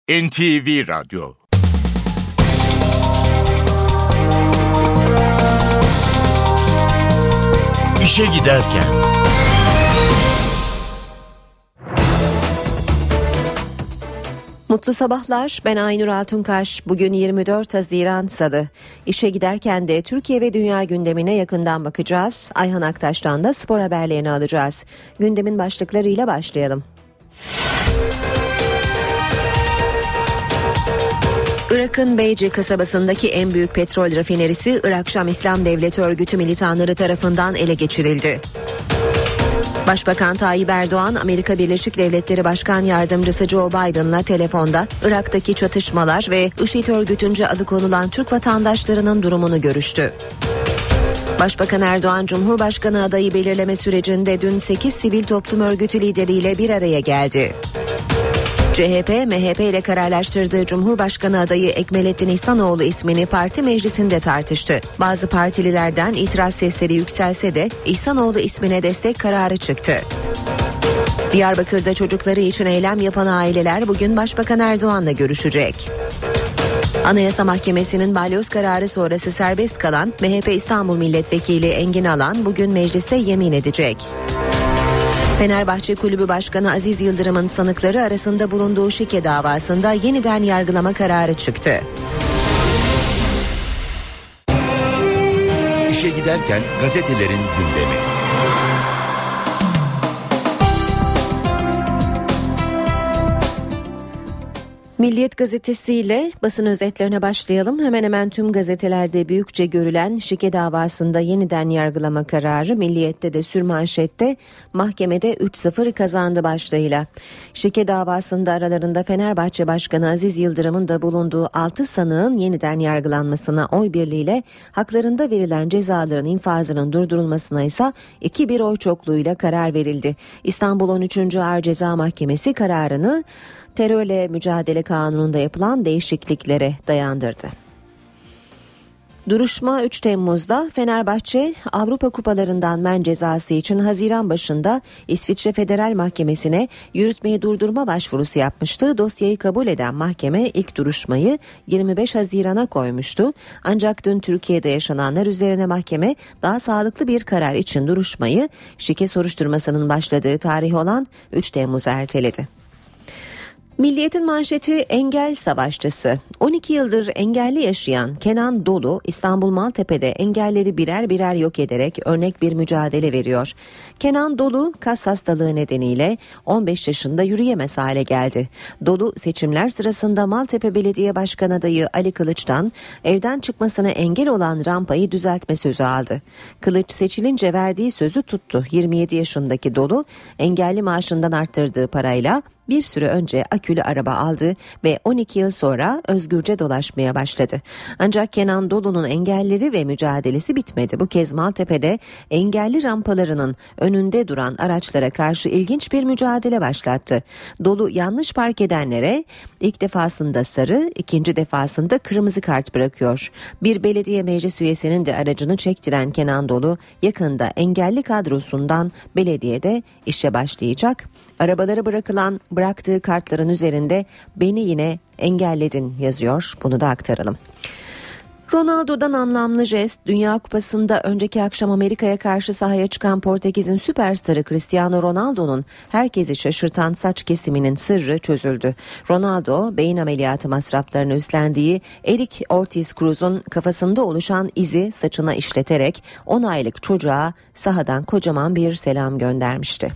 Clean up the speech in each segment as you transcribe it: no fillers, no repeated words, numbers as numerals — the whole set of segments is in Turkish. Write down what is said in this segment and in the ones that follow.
NTV Radyo. İşe giderken. Mutlu sabahlar, ben Aynur Altunkaş. Bugün 24 Haziran Salı. İşe giderken de Türkiye ve dünya gündemine yakından bakacağız. Ayhan Aktaş'tan da spor haberlerini alacağız. Gündemin başlıklarıyla başlayalım. Irak'ın Beyci kasabasındaki en büyük petrol rafinerisi Irak Şam İslam Devleti örgütü militanları tarafından ele geçirildi. Başbakan Tayyip Erdoğan, Amerika Birleşik Devletleri Başkan Yardımcısı Joe Biden'la telefonda Irak'taki çatışmalar ve IŞİD örgütünce alıkonulan Türk vatandaşlarının durumunu görüştü. Başbakan Erdoğan, Cumhurbaşkanı adayı belirleme sürecinde dün 8 sivil toplum örgütü lideriyle bir araya geldi. CHP, MHP ile kararlaştırdığı Cumhurbaşkanı adayı Ekmelettin İhsanoğlu ismini parti meclisinde tartıştı. Bazı partililerden itiraz sesleri yükselse de İhsanoğlu ismine destek kararı çıktı. Diyarbakır'da çocukları için eylem yapan aileler bugün Başbakan Erdoğan'la görüşecek. Anayasa Mahkemesi'nin balyoz kararı sonrası serbest kalan MHP İstanbul Milletvekili Engin Alan bugün mecliste yemin edecek. Fenerbahçe Kulübü Başkanı Aziz Yıldırım'ın sanıkları arasında bulunduğu şike davasında yeniden yargılama kararı çıktı. İşe giderken gazetelerin gündemi. Milliyet gazetesiyle basın özetlerine başlayalım. Hemen hemen tüm gazetelerde büyükçe görülen şike davasında yeniden yargılama kararı Milliyet'te de sürmanşette mahkemede 3-0 kazandı başlığıyla. Şike davasında aralarında Fenerbahçe Başkanı Aziz Yıldırım'ın da bulunduğu 6 sanığın yeniden yargılanmasına oy birliğiyle, haklarında verilen cezaların infazının durdurulmasına ise 2-1 oy çokluğuyla karar verildi. İstanbul 13. Ağır Ceza Mahkemesi kararını terörle mücadele kanununda yapılan değişikliklere dayandırdı. Duruşma 3 Temmuz'da Fenerbahçe Avrupa Kupalarından men cezası için Haziran başında İsviçre Federal Mahkemesi'ne yürütmeyi durdurma başvurusu yapmıştı. Dosyayı kabul eden mahkeme ilk duruşmayı 25 Haziran'a koymuştu. Ancak dün Türkiye'de yaşananlar üzerine mahkeme daha sağlıklı bir karar için duruşmayı şike soruşturmasının başladığı tarih olan 3 Temmuz'a erteledi. Milliyet'in manşeti engel savaşçısı. 12 yıldır engelli yaşayan Kenan Dolu, İstanbul Maltepe'de engelleri birer birer yok ederek örnek bir mücadele veriyor. Kenan Dolu kas hastalığı nedeniyle 15 yaşında yürüyemez hale geldi. Dolu seçimler sırasında Maltepe Belediye Başkan adayı Ali Kılıç'tan evden çıkmasına engel olan rampayı düzeltme sözü aldı. Kılıç seçilince verdiği sözü tuttu. 27 yaşındaki Dolu engelli maaşından arttırdığı parayla bir süre önce akülü araba aldı ve 12 yıl sonra özgürce dolaşmaya başladı. Ancak Kenan Dolu'nun engelleri ve mücadelesi bitmedi. Bu kez Maltepe'de engelli rampalarının önünde duran araçlara karşı ilginç bir mücadele başlattı. Dolu yanlış park edenlere ilk defasında sarı, ikinci defasında kırmızı kart bırakıyor. Bir belediye meclis üyesinin de aracını çektiren Kenan Dolu yakında engelli kadrosundan belediyede işe başlayacak. Arabaları bıraktığı kartların üzerinde "Beni yine engelledin" yazıyor. Bunu da aktaralım. Ronaldo'dan anlamlı jest. Dünya Kupası'nda önceki akşam Amerika'ya karşı sahaya çıkan Portekiz'in süperstarı Cristiano Ronaldo'nun herkesi şaşırtan saç kesiminin sırrı çözüldü. Ronaldo, beyin ameliyatı masraflarını üstlendiği Eric Ortiz Cruz'un kafasında oluşan izi saçına işleterek 10 aylık çocuğa sahadan kocaman bir selam göndermişti.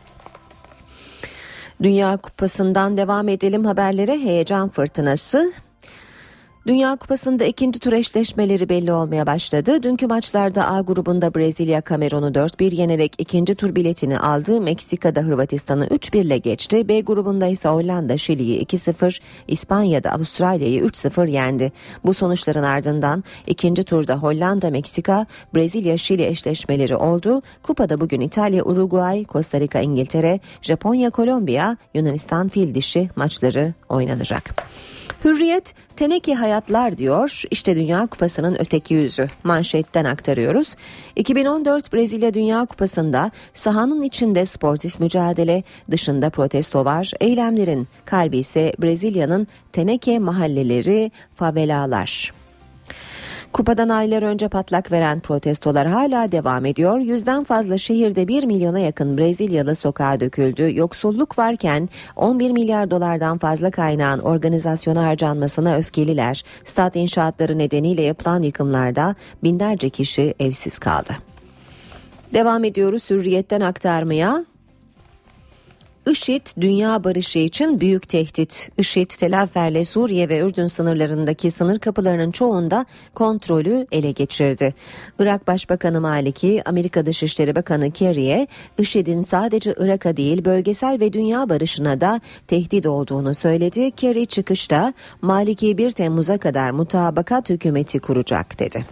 Dünya Kupası'ndan devam edelim haberlere. Heyecan fırtınası. Dünya Kupası'nda ikinci tur eşleşmeleri belli olmaya başladı. Dünkü maçlarda A grubunda Brezilya Kamerun'u 4-1 yenerek ikinci tur biletini aldı. Meksika'da Hırvatistan'ı 3-1 ile geçti. B grubunda ise Hollanda Şili'yi 2-0, İspanya'da Avustralya'yı 3-0 yendi. Bu sonuçların ardından ikinci turda Hollanda, Meksika, Brezilya, Şili eşleşmeleri oldu. Kupada bugün İtalya, Uruguay, Costa Rica, İngiltere, Japonya, Kolombiya, Yunanistan, Fil dişi maçları oynanacak. Hürriyet teneke hayatlar diyor. İşte Dünya Kupası'nın öteki yüzü. Manşetten aktarıyoruz. 2014 Brezilya Dünya Kupası'nda sahanın içinde sportif mücadele, dışında protesto var. Eylemlerin kalbi ise Brezilya'nın teneke mahalleleri, favelalar. Kupadan aylar önce patlak veren protestolar hala devam ediyor. 100'den fazla şehirde 1 milyona yakın Brezilyalı sokağa döküldü. Yoksulluk varken 11 milyar dolardan fazla kaynağın organizasyona harcanmasına öfkeliler. Stat inşaatları nedeniyle yapılan yıkımlarda binlerce kişi evsiz kaldı. Devam ediyoruz Hürriyet'ten aktarmaya. IŞİD dünya barışı için büyük tehdit. IŞİD Tel Afer'le Suriye ve Ürdün sınırlarındaki sınır kapılarının çoğunda kontrolü ele geçirdi. Irak Başbakanı Maliki, Amerika Dışişleri Bakanı Kerry'e IŞİD'in sadece Irak'a değil bölgesel ve dünya barışına da tehdit olduğunu söyledi. Kerry çıkışta Maliki 1 Temmuz'a kadar mutabakat hükümeti kuracak dedi.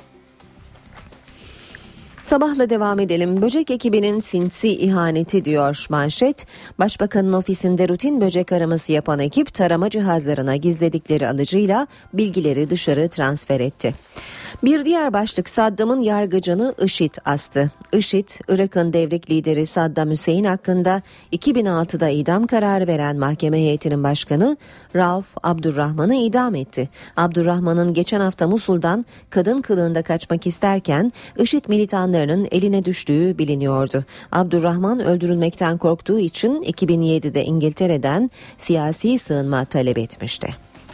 Sabahla devam edelim. Böcek ekibinin sinsi ihaneti diyor manşet. Başbakanın ofisinde rutin böcek araması yapan ekip tarama cihazlarına gizledikleri alıcıyla bilgileri dışarı transfer etti. Bir diğer başlık Saddam'ın yargıcını IŞİD astı. IŞİD, Irak'ın devrik lideri Saddam Hüseyin hakkında 2006'da idam kararı veren mahkeme heyetinin başkanı Rauf Abdurrahman'ı idam etti. Abdurrahman'ın geçen hafta Musul'dan kadın kılığında kaçmak isterken IŞİD militanlarının eline düştüğü biliniyordu. Abdurrahman öldürülmekten korktuğu için 2007'de İngiltere'den siyasi sığınma talep etmişti.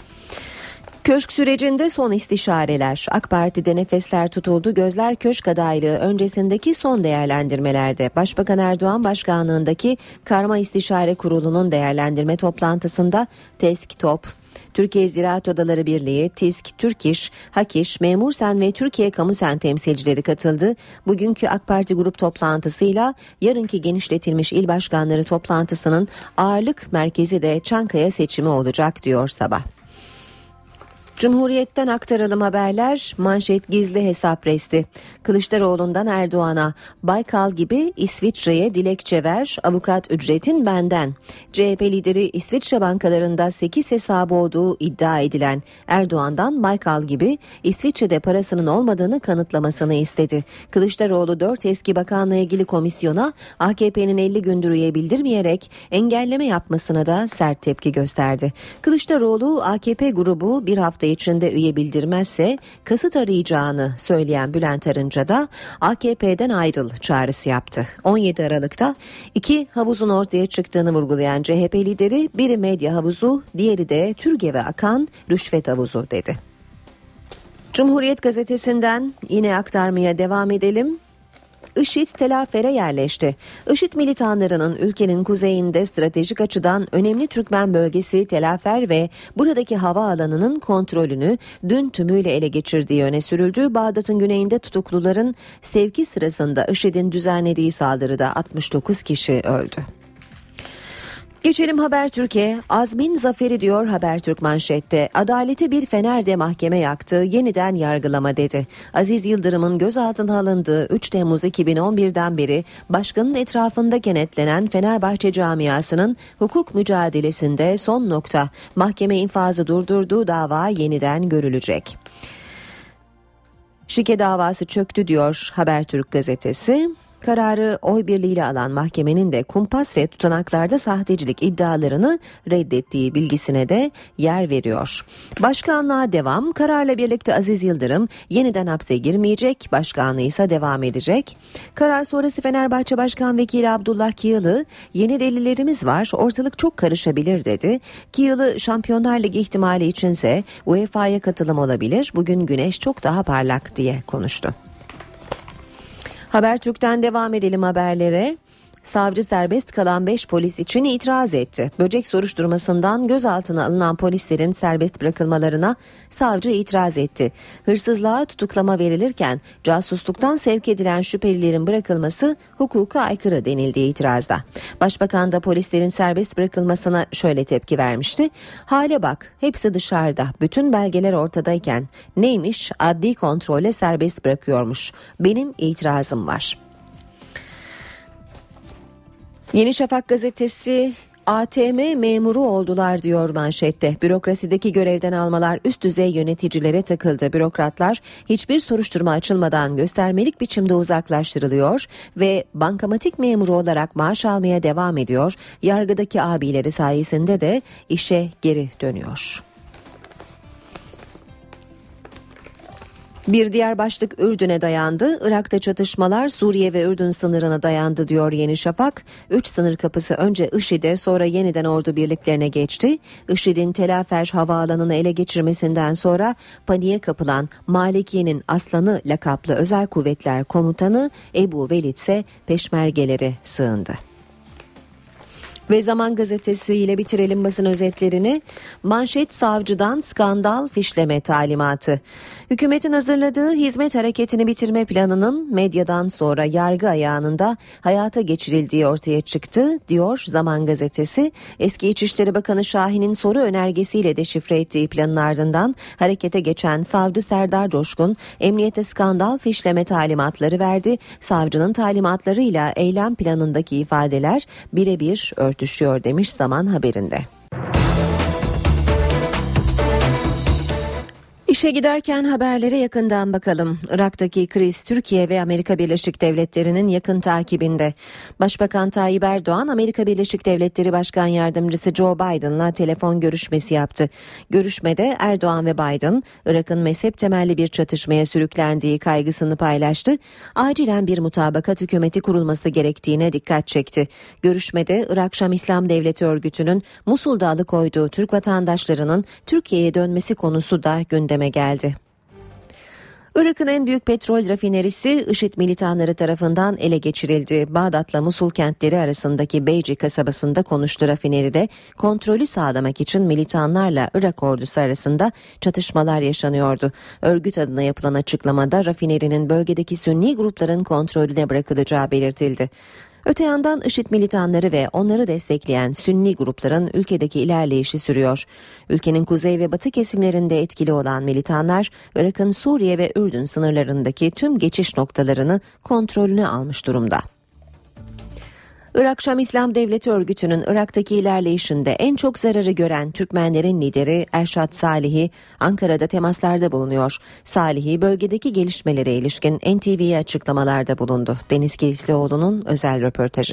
Köşk sürecinde son istişareler. AK Parti'de nefesler tutuldu. Gözler köşk adaylığı öncesindeki son değerlendirmelerde. Başbakan Erdoğan başkanlığındaki Karma İstişare Kurulu'nun değerlendirme toplantısında TESK-TOP, Türkiye Ziraat Odaları Birliği, TİSK, Türk İş, Hak İş, Memursen ve Türkiye Kamusen temsilcileri katıldı. Bugünkü AK Parti grup toplantısıyla yarınki genişletilmiş il başkanları toplantısının ağırlık merkezi de Çankaya seçimi olacak diyor Sabah. Cumhuriyet'ten aktaralım haberler. Manşet gizli hesap resti. Kılıçdaroğlu'ndan Erdoğan'a Baykal gibi İsviçre'ye dilekçe ver, avukat ücretin benden. CHP lideri İsviçre bankalarında 8 hesabı olduğu iddia edilen Erdoğan'dan Baykal gibi İsviçre'de parasının olmadığını kanıtlamasını istedi. Kılıçdaroğlu 4 eski bakanla ilgili komisyona AKP'nin 50 gündür üye bildirmeyerek engelleme yapmasına da sert tepki gösterdi. Kılıçdaroğlu AKP grubu bir hafta içinde üye bildirmezse kasıt arayacağını söyleyen Bülent Arınç'a da AKP'den ayrıl çağrısı yaptı. 17 Aralık'ta 2 havuzun ortaya çıktığını vurgulayan CHP lideri biri medya havuzu, diğeri de Türgev'e akan rüşvet havuzu dedi. Cumhuriyet gazetesinden yine aktarmaya devam edelim. IŞİD Tel Afer'e yerleşti. IŞİD militanlarının ülkenin kuzeyinde stratejik açıdan önemli Türkmen bölgesi Tel Afer ve buradaki havaalanının kontrolünü dün tümüyle ele geçirdiği öne sürüldü. Bağdat'ın güneyinde tutukluların sevki sırasında IŞİD'in düzenlediği saldırıda 69 kişi öldü. Geçelim Habertürk'e. Azmin zaferi diyor Habertürk manşette. Adaleti bir fenerde mahkeme yaktı, yeniden yargılama dedi. Aziz Yıldırım'ın gözaltına alındığı 3 Temmuz 2011'den beri başkanın etrafında kenetlenen Fenerbahçe camiasının hukuk mücadelesinde son nokta. Mahkeme infazı durdurduğu dava yeniden görülecek. Şike davası çöktü diyor Habertürk gazetesi. Kararı oy birliğiyle alan mahkemenin de kumpas ve tutanaklarda sahtecilik iddialarını reddettiği bilgisine de yer veriyor. Başkanlığa devam. Kararla birlikte Aziz Yıldırım yeniden hapse girmeyecek, başkanlığı ise devam edecek. Karar sonrası Fenerbahçe Başkan Vekili Abdullah Kiyılı, yeni delillerimiz var, ortalık çok karışabilir dedi. Kiyılı, Şampiyonlar Ligi ihtimali içinse UEFA'ya katılım olabilir, bugün güneş çok daha parlak diye konuştu. Habertürk'ten devam edelim haberlere. Savcı serbest kalan 5 polis için itiraz etti. Böcek soruşturmasından gözaltına alınan polislerin serbest bırakılmalarına savcı itiraz etti. Hırsızlığa tutuklama verilirken casusluktan sevk edilen şüphelilerin bırakılması hukuka aykırı denildiği itirazda. Başbakan da polislerin serbest bırakılmasına şöyle tepki vermişti. Hale bak, hepsi dışarıda, bütün belgeler ortadayken neymiş, adli kontrolle serbest bırakıyormuş. Benim itirazım var. Yeni Şafak gazetesi ATM memuru oldular diyor manşette. Bürokrasideki görevden almalar üst düzey yöneticilere takıldı. Bürokratlar hiçbir soruşturma açılmadan göstermelik biçimde uzaklaştırılıyor ve bankamatik memuru olarak maaş almaya devam ediyor. Yargıdaki abileri sayesinde de işe geri dönüyor. Bir diğer başlık Ürdün'e dayandı. Irak'ta çatışmalar Suriye ve Ürdün sınırına dayandı diyor Yeni Şafak. 3 sınır kapısı önce IŞİD'e sonra yeniden ordu birliklerine geçti. IŞİD'in Tel Afer havaalanını ele geçirmesinden sonra paniğe kapılan Malikiye'nin Aslanı lakaplı özel kuvvetler komutanı Ebu Velid ise peşmergelere sığındı. Ve Zaman Gazetesi ile bitirelim basın özetlerini. Manşet savcıdan skandal fişleme talimatı. Hükümetin hazırladığı hizmet hareketini bitirme planının medyadan sonra yargı ayağında hayata geçirildiği ortaya çıktı diyor Zaman Gazetesi. Eski İçişleri Bakanı Şahin'in soru önergesiyle deşifre ettiği planın ardından harekete geçen savcı Serdar Coşkun emniyete skandal fişleme talimatları verdi. Savcının talimatlarıyla eylem planındaki ifadeler birebir örtüşüyor demiş Zaman haberinde. İşe giderken haberlere yakından bakalım. Irak'taki kriz Türkiye ve Amerika Birleşik Devletleri'nin yakın takibinde. Başbakan Tayyip Erdoğan, Amerika Birleşik Devletleri Başkan Yardımcısı Joe Biden'la telefon görüşmesi yaptı. Görüşmede Erdoğan ve Biden, Irak'ın mezhep temelli bir çatışmaya sürüklendiği kaygısını paylaştı. Acilen bir mutabakat hükümeti kurulması gerektiğine dikkat çekti. Görüşmede Irak Şam İslam Devleti örgütünün Musul'da alıkoyduğu Türk vatandaşlarının Türkiye'ye dönmesi konusu da gündeme geldi. Irak'ın en büyük petrol rafinerisi IŞİD militanları tarafından ele geçirildi. Bağdat'la Musul kentleri arasındaki Beyci kasabasında konuştu rafineride. Kontrolü sağlamak için militanlarla Irak ordusu arasında çatışmalar yaşanıyordu. Örgüt adına yapılan açıklamada rafinerinin bölgedeki Sünni grupların kontrolüne bırakılacağı belirtildi. Öte yandan IŞİD militanları ve onları destekleyen Sünni grupların ülkedeki ilerleyişi sürüyor. Ülkenin kuzey ve batı kesimlerinde etkili olan militanlar, Irak'ın Suriye ve Ürdün sınırlarındaki tüm geçiş noktalarını kontrolüne almış durumda. Irak Şam İslam Devleti örgütünün Irak'taki ilerleyişinde en çok zararı gören Türkmenlerin lideri Erşad Salih'i Ankara'da temaslarda bulunuyor. Salih'i bölgedeki gelişmelere ilişkin NTV'ye açıklamalarda bulundu. Deniz Kilislioğlu'nun özel röportajı.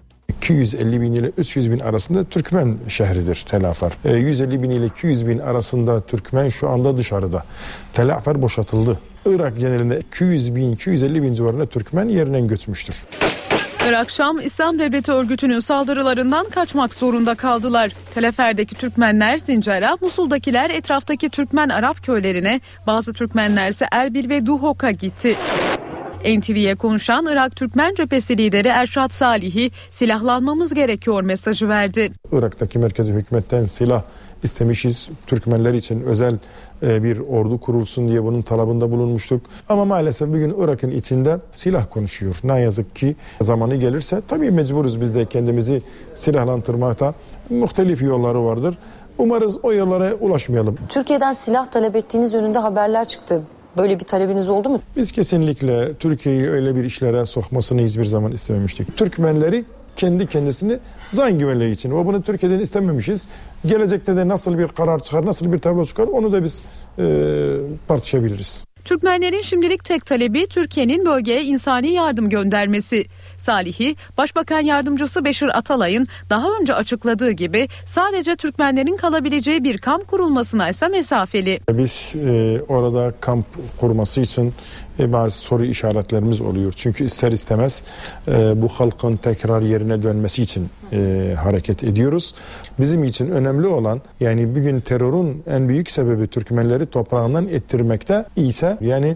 250 bin ile 300 bin arasında Türkmen şehridir Tel Afer. 150 bin ile 200 bin arasında Türkmen şu anda dışarıda. Tel Afer boşaltıldı. Irak genelinde 200 bin, 250 bin civarında Türkmen yerinden göçmüştür. Irak Şam İslam Devleti örgütünün saldırılarından kaçmak zorunda kaldılar. Tel Afer'deki Türkmenler Sincar'a, Musul'dakiler etraftaki Türkmen Arap köylerine, bazı Türkmenler ise Erbil ve Duhok'a gitti. NTV'ye konuşan Irak Türkmen Cephesi lideri Erşad Salih'i silahlanmamız gerekiyor mesajı verdi. Irak'taki merkezi hükümetten silah istemişiz. Türkmenler için özel bir ordu kurulsun diye bunun talebinde bulunmuştuk. Ama maalesef bugün Irak'ın içinde silah konuşuyor. Ne yazık ki zamanı gelirse tabii mecburuz biz de kendimizi silahlandırmakta. Muhtelif yolları vardır. Umarız o yollara ulaşmayalım. Türkiye'den silah talep ettiğiniz yönünde haberler çıktı. Böyle bir talebiniz oldu mu? Biz kesinlikle Türkiye'yi öyle bir işlere sokmasını hiçbir zaman istememiştik. Türkmenleri kendi kendisini can güvenliği için. O bunu Türkiye'den istememişiz. Gelecekte de nasıl bir karar çıkar, nasıl bir tablo çıkar onu da biz tartışabiliriz. Türkmenlerin şimdilik tek talebi Türkiye'nin bölgeye insani yardım göndermesi. Salih'i, Başbakan Yardımcısı Beşir Atalay'ın daha önce açıkladığı gibi sadece Türkmenlerin kalabileceği bir kamp kurulmasına ise mesafeli. Biz orada kamp kurması için bazı soru işaretlerimiz oluyor. Çünkü ister istemez bu halkın tekrar yerine dönmesi için hareket ediyoruz. Bizim için önemli olan yani bugün terörün en büyük sebebi Türkmenleri toprağından ettirmekte ise yani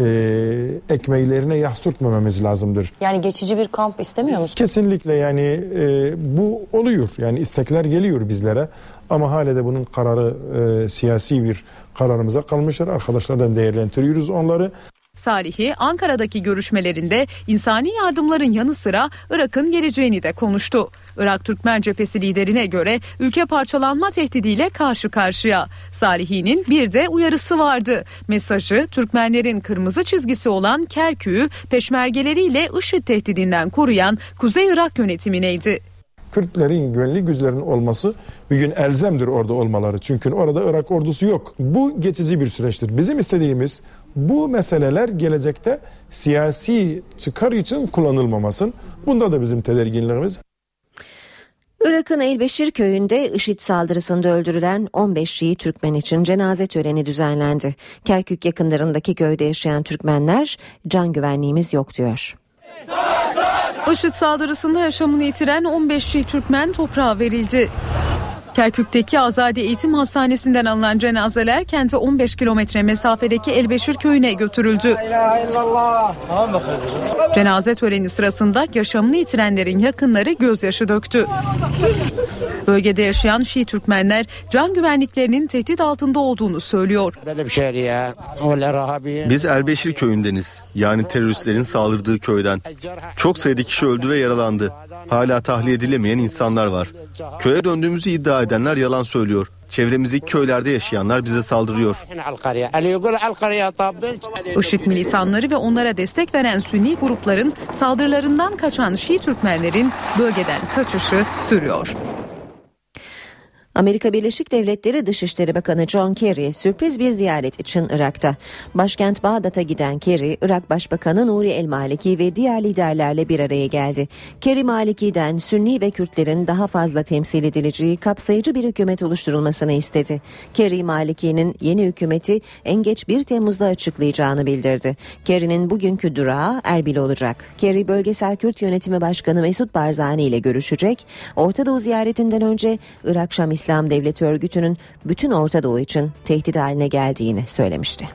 ekmeklerine yağ sürtmememiz lazımdır. Yani geçici bir kamp istemiyor musunuz? Kesinlikle yani bu oluyor. Yani istekler geliyor bizlere ama hala da bunun kararı siyasi bir kararımıza kalmıştır. Arkadaşlardan değerlendiriyoruz onları. Salih'i Ankara'daki görüşmelerinde insani yardımların yanı sıra Irak'ın geleceğini de konuştu. Irak Türkmen Cephesi liderine göre ülke parçalanma tehdidiyle karşı karşıya. Salih'i'nin bir de uyarısı vardı. Mesajı Türkmenlerin kırmızı çizgisi olan Kerkük'ü peşmergeleriyle IŞİD tehdidinden koruyan Kuzey Irak yönetimindeydi. Kürtlerin güvenlik güçlerinin olması bir gün elzemdir orada olmaları. Çünkü orada Irak ordusu yok. Bu geçici bir süreçtir. Bizim istediğimiz bu meseleler gelecekte siyasi çıkar için kullanılmamasın. Bunda da bizim tedirginliğimiz. Irak'ın Elbeşir köyünde IŞİD saldırısında öldürülen 15 Şii Türkmen için cenaze töreni düzenlendi. Kerkük yakınlarındaki köyde yaşayan Türkmenler can güvenliğimiz yok diyor. IŞİD saldırısında yaşamını yitiren 15 Şii Türkmen toprağa verildi. Kerkük'teki Azadi Eğitim Hastanesi'nden alınan cenazeler kente 15 kilometre mesafedeki Elbeşir köyüne götürüldü. Cenaze töreni sırasında yaşamını yitirenlerin yakınları gözyaşı döktü. Bölgede yaşayan Şii Türkmenler can güvenliklerinin tehdit altında olduğunu söylüyor. Biz Elbeşir köyündeniz. Yani teröristlerin saldırdığı köyden. Çok sayıda kişi öldü ve yaralandı. Hala tahliye edilemeyen insanlar var. Köye döndüğümüzü iddia edenler yalan söylüyor. Çevremizdeki köylerde yaşayanlar bize saldırıyor. IŞİD militanları ve onlara destek veren Sünni grupların saldırılarından kaçan Şii Türkmenlerin bölgeden kaçışı sürüyor. Amerika Birleşik Devletleri Dışişleri Bakanı John Kerry sürpriz bir ziyaret için Irak'ta. Başkent Bağdat'a giden Kerry, Irak Başbakanı Nuri el-Maliki ve diğer liderlerle bir araya geldi. Kerry, Maliki'den Sünni ve Kürtlerin daha fazla temsil edileceği kapsayıcı bir hükümet oluşturulmasını istedi. Kerry, Maliki'nin yeni hükümeti en geç 1 Temmuz'da açıklayacağını bildirdi. Kerry'nin bugünkü durağı Erbil olacak. Kerry, Bölgesel Kürt Yönetimi Başkanı Mesut Barzani ile görüşecek. Orta Doğu ziyaretinden önce Irak Şam İslam Devleti örgütünün bütün Orta Doğu için tehdit haline geldiğini söylemişti.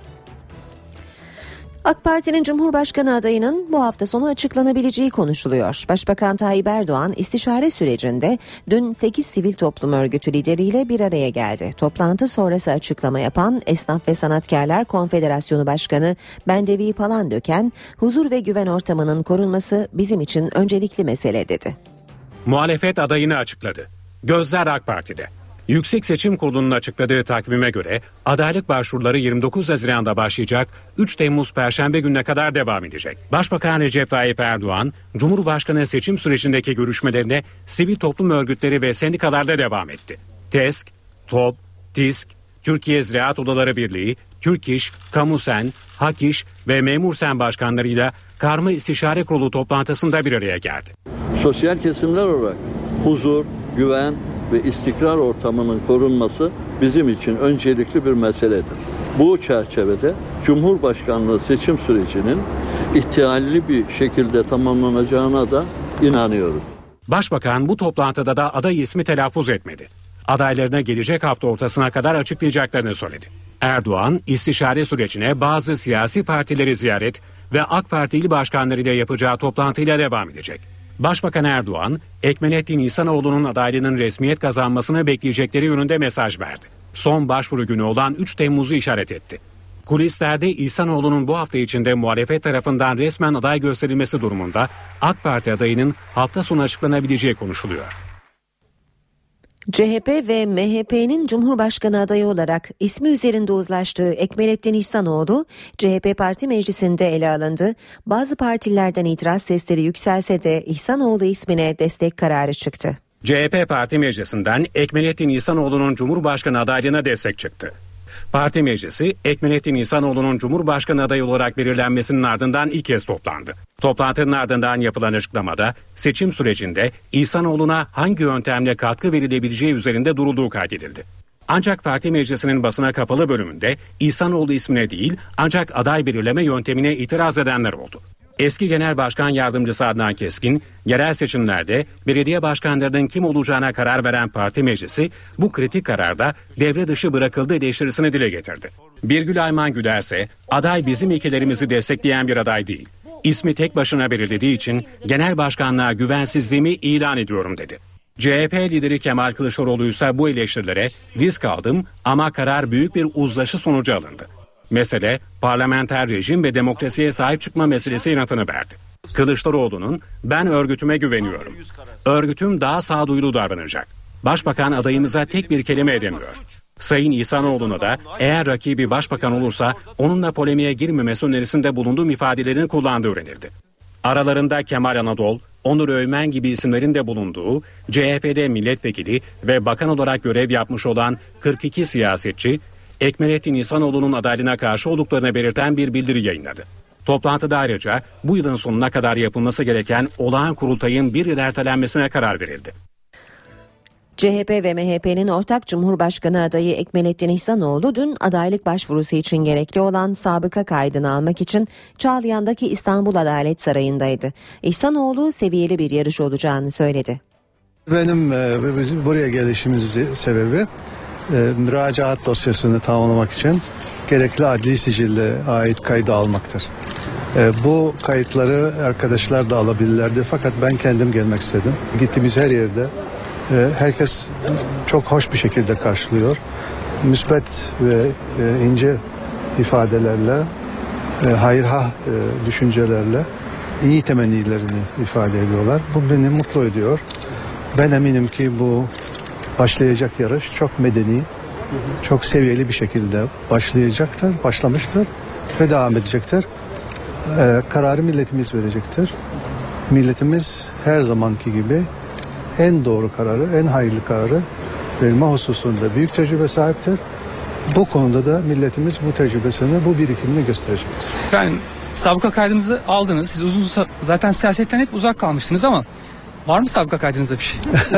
AK Parti'nin Cumhurbaşkanı adayının bu hafta sonu açıklanabileceği konuşuluyor. Başbakan Tayyip Erdoğan istişare sürecinde dün 8 sivil toplum örgütü lideriyle bir araya geldi. Toplantı sonrası açıklama yapan Esnaf ve Sanatkarlar Konfederasyonu Başkanı Bendevi Palandöken, huzur ve güven ortamının korunması bizim için öncelikli mesele dedi. Muhalefet adayını açıkladı. Gözler AK Parti'de. Yüksek Seçim Kurulu'nun açıkladığı takvime göre adaylık başvuruları 29 Haziran'da başlayacak, 3 Temmuz Perşembe gününe kadar devam edecek. Başbakan Recep Tayyip Erdoğan, Cumhurbaşkanı seçim sürecindeki görüşmelerine sivil toplum örgütleri ve sendikalarda devam etti. TESK, TOB, TİSK, Türkiye Ziraat Odaları Birliği, Türk İş, Kamusen, Hak İş ve Memur Sen başkanlarıyla Karma İstişare Kurulu toplantısında bir araya geldi. Sosyal kesimler olarak huzur, güven ve istikrar ortamının korunması bizim için öncelikli bir meseledir. Bu çerçevede Cumhurbaşkanlığı seçim sürecinin ihtiyarlı bir şekilde tamamlanacağına da inanıyoruz. Başbakan bu toplantıda da aday ismi telaffuz etmedi. Adaylarına gelecek hafta ortasına kadar açıklayacaklarını söyledi. Erdoğan istişare sürecine bazı siyasi partileri ziyaret ve AK Parti il başkanlarıyla yapacağı toplantıyla devam edecek. Başbakan Erdoğan, Ekmelettin İhsanoğlu'nun adaylığının resmiyet kazanmasını bekleyecekleri yönünde mesaj verdi. Son başvuru günü olan 3 Temmuz'u işaret etti. Kulislerde İhsanoğlu'nun bu hafta içinde muhalefet tarafından resmen aday gösterilmesi durumunda AK Parti adayının hafta sonu açıklanabileceği konuşuluyor. CHP ve MHP'nin Cumhurbaşkanı adayı olarak ismi üzerinde uzlaştığı Ekmelettin İhsanoğlu, CHP Parti Meclisi'nde ele alındı. Bazı partilerden itiraz sesleri yükselse de İhsanoğlu ismine destek kararı çıktı. CHP Parti Meclisi'nden Ekmelettin İhsanoğlu'nun Cumhurbaşkanı adaylığına destek çıktı. Parti Meclisi, Ekmelettin İhsanoğlu'nun Cumhurbaşkanı adayı olarak belirlenmesinin ardından ilk kez toplandı. Toplantının ardından yapılan açıklamada seçim sürecinde İhsanoğlu'na hangi yöntemle katkı verilebileceği üzerinde durulduğu kaydedildi. Ancak Parti Meclisi'nin basına kapalı bölümünde İhsanoğlu ismine değil ancak aday belirleme yöntemine itiraz edenler oldu. Eski Genel Başkan Yardımcısı Adnan Keskin, yerel seçimlerde belediye başkanlarının kim olacağına karar veren Parti Meclisi bu kritik kararda devre dışı bırakıldığı eleştirisini dile getirdi. Birgül Ayman Güler ise aday bizim ilkelerimizi destekleyen bir aday değil. İsmi tek başına belirlediği için genel başkanlığa güvensizliğimi ilan ediyorum dedi. CHP lideri Kemal Kılıçdaroğlu ise bu eleştirilere risk aldım ama karar büyük bir uzlaşı sonucu alındı. Mesele parlamenter rejim ve demokrasiye sahip çıkma meselesi inatını verdi. Kılıçdaroğlu'nun ben örgütüme güveniyorum. Örgütüm daha sağduyulu davranacak. Başbakan adayımıza tek bir kelime edemiyor. Sayın İhsanoğlu'na da eğer rakibi başbakan olursa onunla polemiğe girmemesi önerisinde bulunduğum ifadelerini kullandığı öğrenildi. Aralarında Kemal Anadol, Onur Öymen gibi isimlerin de bulunduğu CHP'de milletvekili ve bakan olarak görev yapmış olan 42 siyasetçi, Ekmelettin İhsanoğlu'nun adaylığına karşı olduklarını belirten bir bildiri yayınladı. Toplantıda ayrıca bu yılın sonuna kadar yapılması gereken olağan kurultayın bir yıl ertelenmesine karar verildi. CHP ve MHP'nin ortak Cumhurbaşkanı adayı Ekmelettin İhsanoğlu dün adaylık başvurusu için gerekli olan sabıka kaydını almak için Çağlayan'daki İstanbul Adalet Sarayı'ndaydı. İhsanoğlu seviyeli bir yarış olacağını söyledi. Benim buraya gelişimizin sebebi müracaat dosyasını tamamlamak için gerekli adli sicille ait kaydı almaktır. Bu kayıtları arkadaşlar da alabilirlerdi fakat ben kendim gelmek istedim. Gittiğimiz her yerde herkes çok hoş bir şekilde karşılıyor. Müsbet ve ince ifadelerle, hayırha düşüncelerle iyi temennilerini ifade ediyorlar. Bu beni mutlu ediyor. Ben eminim ki bu başlayacak yarış çok medeni, çok seviyeli bir şekilde başlamıştır ve devam edecektir. Kararı milletimiz verecektir. Milletimiz her zamanki gibi en doğru kararı, en hayırlı kararı verme hususunda büyük tecrübe sahiptir. Bu konuda da milletimiz bu tecrübesini, bu birikimini gösterecektir. Efendim, sabıka kaydınızı aldınız. Siz zaten siyasetten hep uzak kalmıştınız ama var mı sabıka kaydınızda bir şey?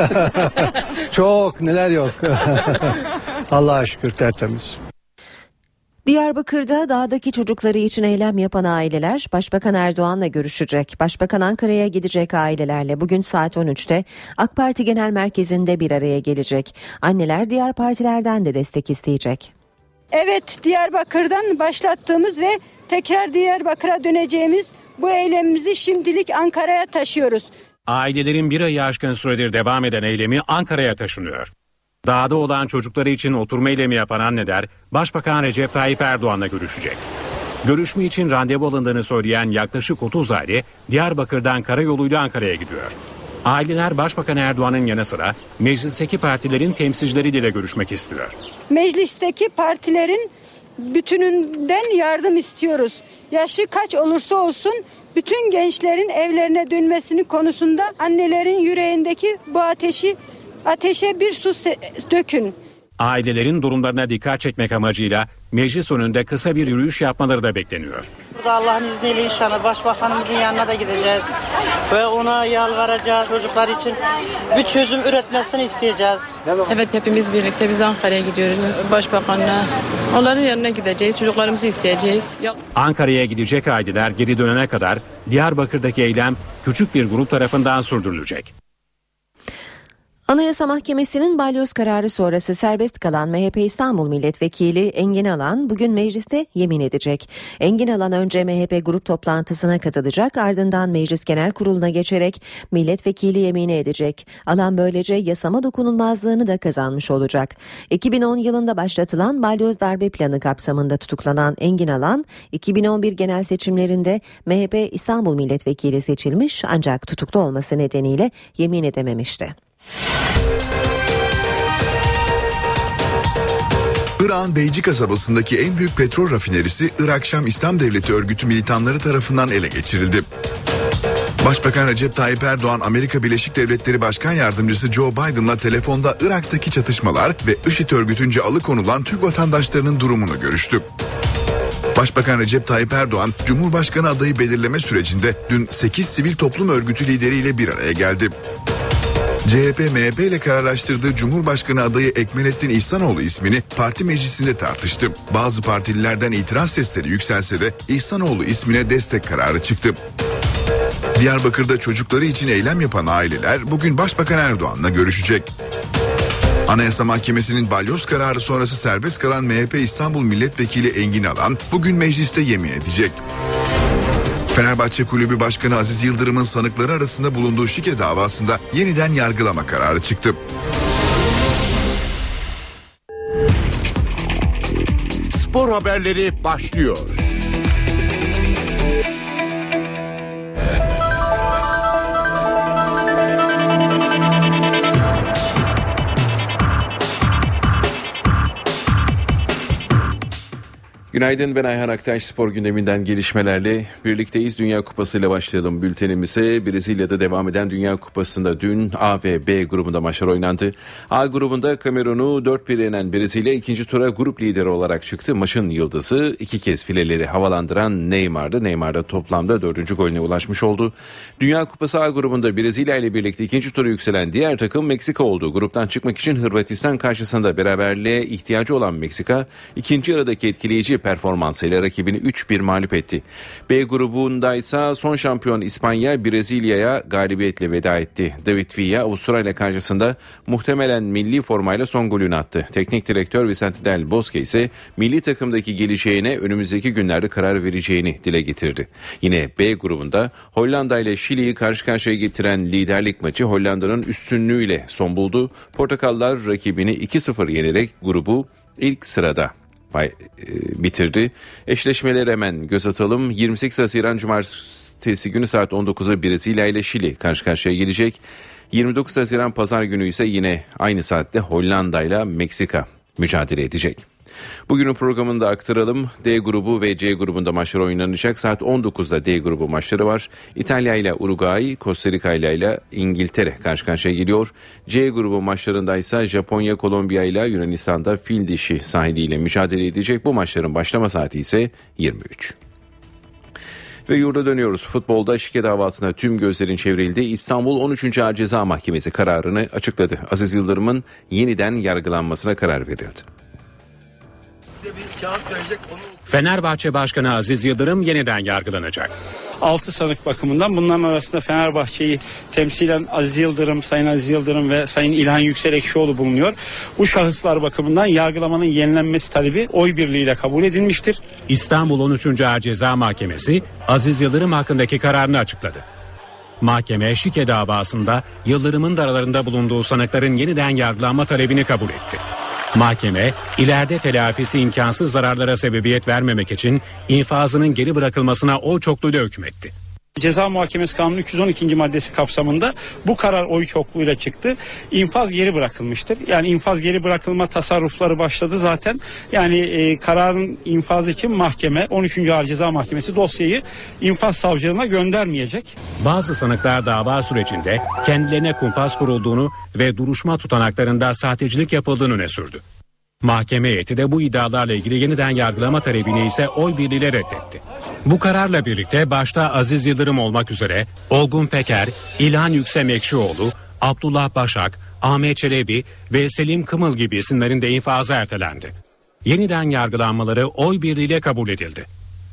Çok, neler yok. Allah'a şükür tertemiz. Diyarbakır'da dağdaki çocukları için eylem yapan aileler Başbakan Erdoğan'la görüşecek. Başbakan Ankara'ya gidecek ailelerle bugün saat 13'te AK Parti Genel Merkezi'nde bir araya gelecek. Anneler diğer partilerden de destek isteyecek. Evet, Diyarbakır'dan başlattığımız ve tekrar Diyarbakır'a döneceğimiz bu eylemimizi şimdilik Ankara'ya taşıyoruz. Ailelerin bir ayı aşkın süredir devam eden eylemi Ankara'ya taşınıyor. Dağda olan çocukları için oturma eylemi yapan anneler Başbakan Recep Tayyip Erdoğan'la görüşecek. Görüşme için randevu alındığını söyleyen yaklaşık 30 aile Diyarbakır'dan karayoluyla Ankara'ya gidiyor. Aileler Başbakan Erdoğan'ın yanı sıra meclisteki partilerin temsilcileriyle de görüşmek istiyor. Meclisteki partilerin bütününden yardım istiyoruz. Yaşı kaç olursa olsun bütün gençlerin evlerine dönmesini konusunda annelerin yüreğindeki bu ateşe bir su dökün. Ailelerin durumlarına dikkat çekmek amacıyla meclis önünde kısa bir yürüyüş yapmaları da bekleniyor. Burada Allah'ın izniyle inşallah Başbakanımızın yanına da gideceğiz ve ona yalvaracağız, çocuklar için bir çözüm üretmesini isteyeceğiz. Evet, hepimiz birlikte biz Ankara'ya gidiyoruz. Başbakanla onların yanına gideceğiz, çocuklarımızı isteyeceğiz. Ankara'ya gidecek aileler geri dönene kadar Diyarbakır'daki eylem küçük bir grup tarafından sürdürülecek. Anayasa Mahkemesi'nin balyoz kararı sonrası serbest kalan MHP İstanbul Milletvekili Engin Alan bugün mecliste yemin edecek. Engin Alan önce MHP grup toplantısına katılacak, ardından Meclis Genel Kurulu'na geçerek milletvekili yemini edecek. Alan böylece yasama dokunulmazlığını da kazanmış olacak. 2010 yılında başlatılan balyoz darbe planı kapsamında tutuklanan Engin Alan, 2011 genel seçimlerinde MHP İstanbul Milletvekili seçilmiş ancak tutuklu olması nedeniyle yemin edememişti. Irak'ın Beyci kasabasındaki en büyük petrol rafinerisi Irak Şam İslam Devleti örgütü militanları tarafından ele geçirildi. Başbakan Recep Tayyip Erdoğan, Amerika Birleşik Devletleri Başkan Yardımcısı Joe Biden'la telefonda Irak'taki çatışmalar ve IŞİD örgütünce alıkonulan Türk vatandaşlarının durumunu görüştü. Başbakan Recep Tayyip Erdoğan, Cumhurbaşkanı adayı belirleme sürecinde dün 8 sivil toplum örgütü lideriyle bir araya geldi. CHP-MHP ile kararlaştırdığı Cumhurbaşkanı adayı Ekmelettin İhsanoğlu ismini parti meclisinde tartıştı. Bazı partililerden itiraz sesleri yükselse de İhsanoğlu ismine destek kararı çıktı. Diyarbakır'da çocukları için eylem yapan aileler bugün Başbakan Erdoğan'la görüşecek. Anayasa Mahkemesi'nin balyoz kararı sonrası serbest kalan MHP İstanbul Milletvekili Engin Alan bugün mecliste yemin edecek. Fenerbahçe Kulübü Başkanı Aziz Yıldırım'ın sanıkları arasında bulunduğu şike davasında yeniden yargılama kararı çıktı. Spor haberleri başlıyor. Günaydın, ben Ayhan Aktaş. Spor gündeminden gelişmelerle birlikteyiz. Dünya Kupası ile başlayalım bültenimize. Brezilya'da devam eden Dünya Kupası'nda dün A ve B grubunda maçlar oynandı. A grubunda Kamerun'u 4-1 yenen Brezilya ikinci tura grup lideri olarak çıktı. Maçın yıldızı 2 kez fileleri havalandıran Neymar'dı. Neymar da toplamda 4. golüne ulaşmış oldu. Dünya Kupası A grubunda Brezilya ile birlikte ikinci tura yükselen diğer takım Meksika oldu. Gruptan çıkmak için Hırvatistan karşısında beraberliğe ihtiyacı olan Meksika ikinci yarıdaki etkileyici performansıyla rakibini 3-1 mağlup etti. B grubunda ise son şampiyon İspanya Brezilya'ya galibiyetle veda etti. David Villa Avustralya karşısında muhtemelen milli formayla son golünü attı. Teknik direktör Vicente Del Bosque ise milli takımdaki geleceğine önümüzdeki günlerde karar vereceğini dile getirdi. Yine B grubunda Hollanda ile Şili'yi karşı karşıya getiren liderlik maçı Hollanda'nın üstünlüğüyle son buldu. Portakallar rakibini 2-0 yenerek grubu ilk sırada bitirdi. Eşleşmeleri hemen göz atalım. 28 Haziran Cumartesi günü saat 19'da Brezilya ile Şili karşı karşıya gelecek. 29 Haziran Pazar günü ise yine aynı saatte Hollanda ile Meksika mücadele edecek. Bugünün programını da aktaralım. D grubu ve C grubunda maçlar oynanacak. Saat 19'da D grubu maçları var. İtalya ile Uruguay, Costa Rica ile İngiltere karşı karşıya geliyor. C grubu maçlarında ise Japonya, Kolombiya ile Yunanistan'da fil dişi sahiliyle mücadele edecek. Bu maçların başlama saati ise 23. Ve yurda dönüyoruz. Futbolda şike davasına tüm gözlerin çevrildiği İstanbul 13. Ağır Ceza Mahkemesi kararını açıkladı. Aziz Yıldırım'ın yeniden yargılanmasına karar verildi. Fenerbahçe Başkanı Aziz Yıldırım yeniden yargılanacak. 6 sanık bakımından bunların arasında Fenerbahçe'yi temsilen Aziz Yıldırım, Sayın Aziz Yıldırım ve Sayın İlhan Yükselekşioğlu bulunuyor. Bu şahıslar bakımından yargılamanın yenilenmesi talebi oy birliğiyle kabul edilmiştir. İstanbul 13. Ağır Ceza Mahkemesi Aziz Yıldırım hakkındaki kararını açıkladı. Mahkeme şike davasında Yıldırım'ın da aralarında bulunduğu sanıkların yeniden yargılanma talebini kabul etti. Mahkeme, ileride telafisi imkansız zararlara sebebiyet vermemek için infazının geri bırakılmasına oy çokluğuyla hükmetti. Ceza Muhakemesi Kanunu 312. maddesi kapsamında bu karar oy çokluğuyla çıktı. İnfaz geri bırakılmıştır. Yani infaz geri bırakılma tasarrufları başladı zaten. Yani kararın infazı için mahkeme 13. Ağır Ceza Mahkemesi dosyayı infaz savcılığına göndermeyecek. Bazı sanıklar dava sürecinde kendilerine kumpas kurulduğunu ve duruşma tutanaklarında sahtecilik yapıldığını öne sürdü. Mahkeme heyeti de bu iddialarla ilgili yeniden yargılama talebini ise oy birliğiyle reddetti. Bu kararla birlikte başta Aziz Yıldırım olmak üzere Olgun Peker, İlhan Yükselekşioğlu, Abdullah Başak, Ahmet Çelebi ve Selim Kımıl gibi isimlerin de infazı ertelendi. Yeniden yargılanmaları oy birliğiyle kabul edildi.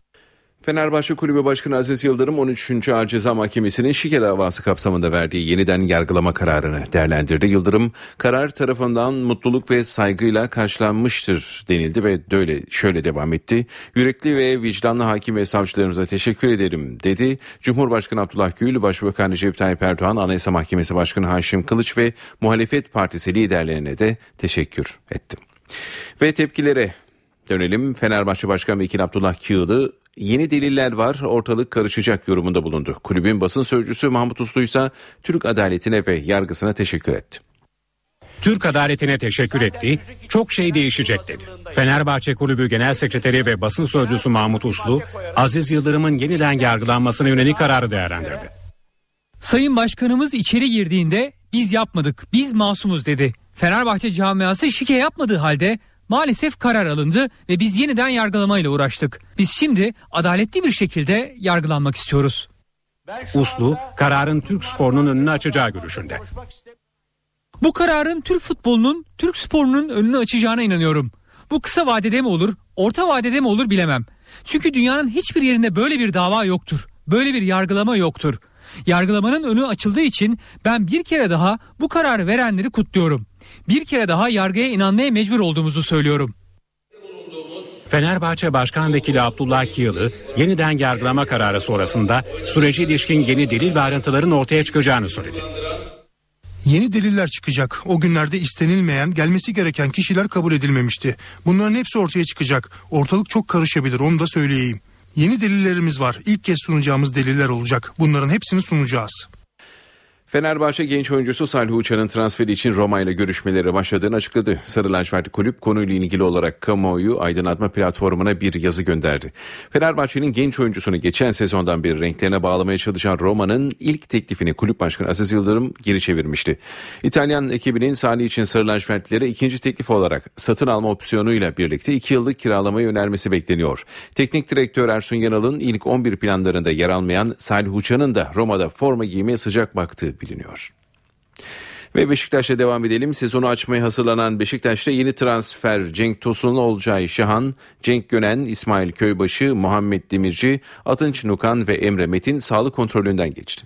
Fenerbahçe Kulübü Başkanı Aziz Yıldırım 13. Ağır Ceza Mahkemesi'nin şike davası kapsamında verdiği yeniden yargılama kararını değerlendirdi. Yıldırım, karar tarafından mutluluk ve saygıyla karşılanmıştır denildi ve şöyle devam etti. Yürekli ve vicdanlı hakim ve savcılarımıza teşekkür ederim dedi. Cumhurbaşkanı Abdullah Gül, Başbakan Recep Tayyip Erdoğan, Anayasa Mahkemesi Başkanı Haşim Kılıç ve muhalefet partisi liderlerine de teşekkür etti. Ve tepkilere dönelim. Fenerbahçe Başkan Vekili Abdullah Kığlı, yeni deliller var, ortalık karışacak yorumunda bulundu. Kulübün basın sözcüsü Mahmut Uslu ise Türk adaletine ve yargısına teşekkür etti. Türk adaletine teşekkür etti, çok şey değişecek dedi. Fenerbahçe Kulübü Genel Sekreteri ve basın sözcüsü Mahmut Uslu, Aziz Yıldırım'ın yeniden yargılanmasına yönelik kararı değerlendirdi. Sayın Başkanımız içeri girdiğinde biz yapmadık, biz masumuz dedi. Fenerbahçe camiası şike yapmadığı halde maalesef karar alındı ve biz yeniden yargılamayla uğraştık. Biz şimdi adaletli bir şekilde yargılanmak istiyoruz. Uslu, kararın Türk sporunun önünü açacağı görüşünde. Bu kararın Türk futbolunun, Türk sporunun önünü açacağına inanıyorum. Bu kısa vadede mi olur, orta vadede mi olur bilemem. Çünkü dünyanın hiçbir yerinde böyle bir dava yoktur. Böyle bir yargılama yoktur. Yargılamanın önü açıldığı için ben bir kere daha bu kararı verenleri kutluyorum. Bir kere daha yargıya inanmaya mecbur olduğumuzu söylüyorum. Fenerbahçe Başkan Vekili Abdullah Kığlı, yeniden yargılama kararı sonrasında sürece ilişkin yeni delil ve ayrıntıların ortaya çıkacağını söyledi. Yeni deliller çıkacak. O günlerde istenilmeyen, gelmesi gereken kişiler kabul edilmemişti. Bunların hepsi ortaya çıkacak. Ortalık çok karışabilir, onu da söyleyeyim. Yeni delillerimiz var. İlk kez sunacağımız deliller olacak. Bunların hepsini sunacağız. Fenerbahçe genç oyuncusu Salih Uçan'ın transferi için Roma ile görüşmelere başladığını açıkladı. Sarı lacivertli kulüp konuyla ilgili olarak kamuoyu aydınlatma platformuna bir yazı gönderdi. Fenerbahçe'nin genç oyuncusunu geçen sezondan beri renklerine bağlamaya çalışan Roma'nın ilk teklifini kulüp başkanı Aziz Yıldırım geri çevirmişti. İtalyan ekibinin Salih için Sarı lacivertlilere ikinci teklif olarak satın alma opsiyonuyla birlikte 2 yıllık kiralamayı önermesi bekleniyor. Teknik direktör Ersun Yanal'ın ilk 11 planlarında yer almayan Salih Uçan'ın da Roma'da forma giymeye sıcak baktığı biliniyor. Ve Beşiktaş'la devam edelim. Sezonu açmaya hazırlanan Beşiktaş'ta yeni transfer Cenk Tosun, Olcay Şahan, Cenk Gönen, İsmail Köybaşı, Muhammed Demirci, Atınç Nukan ve Emre Metin sağlık kontrolünden geçti.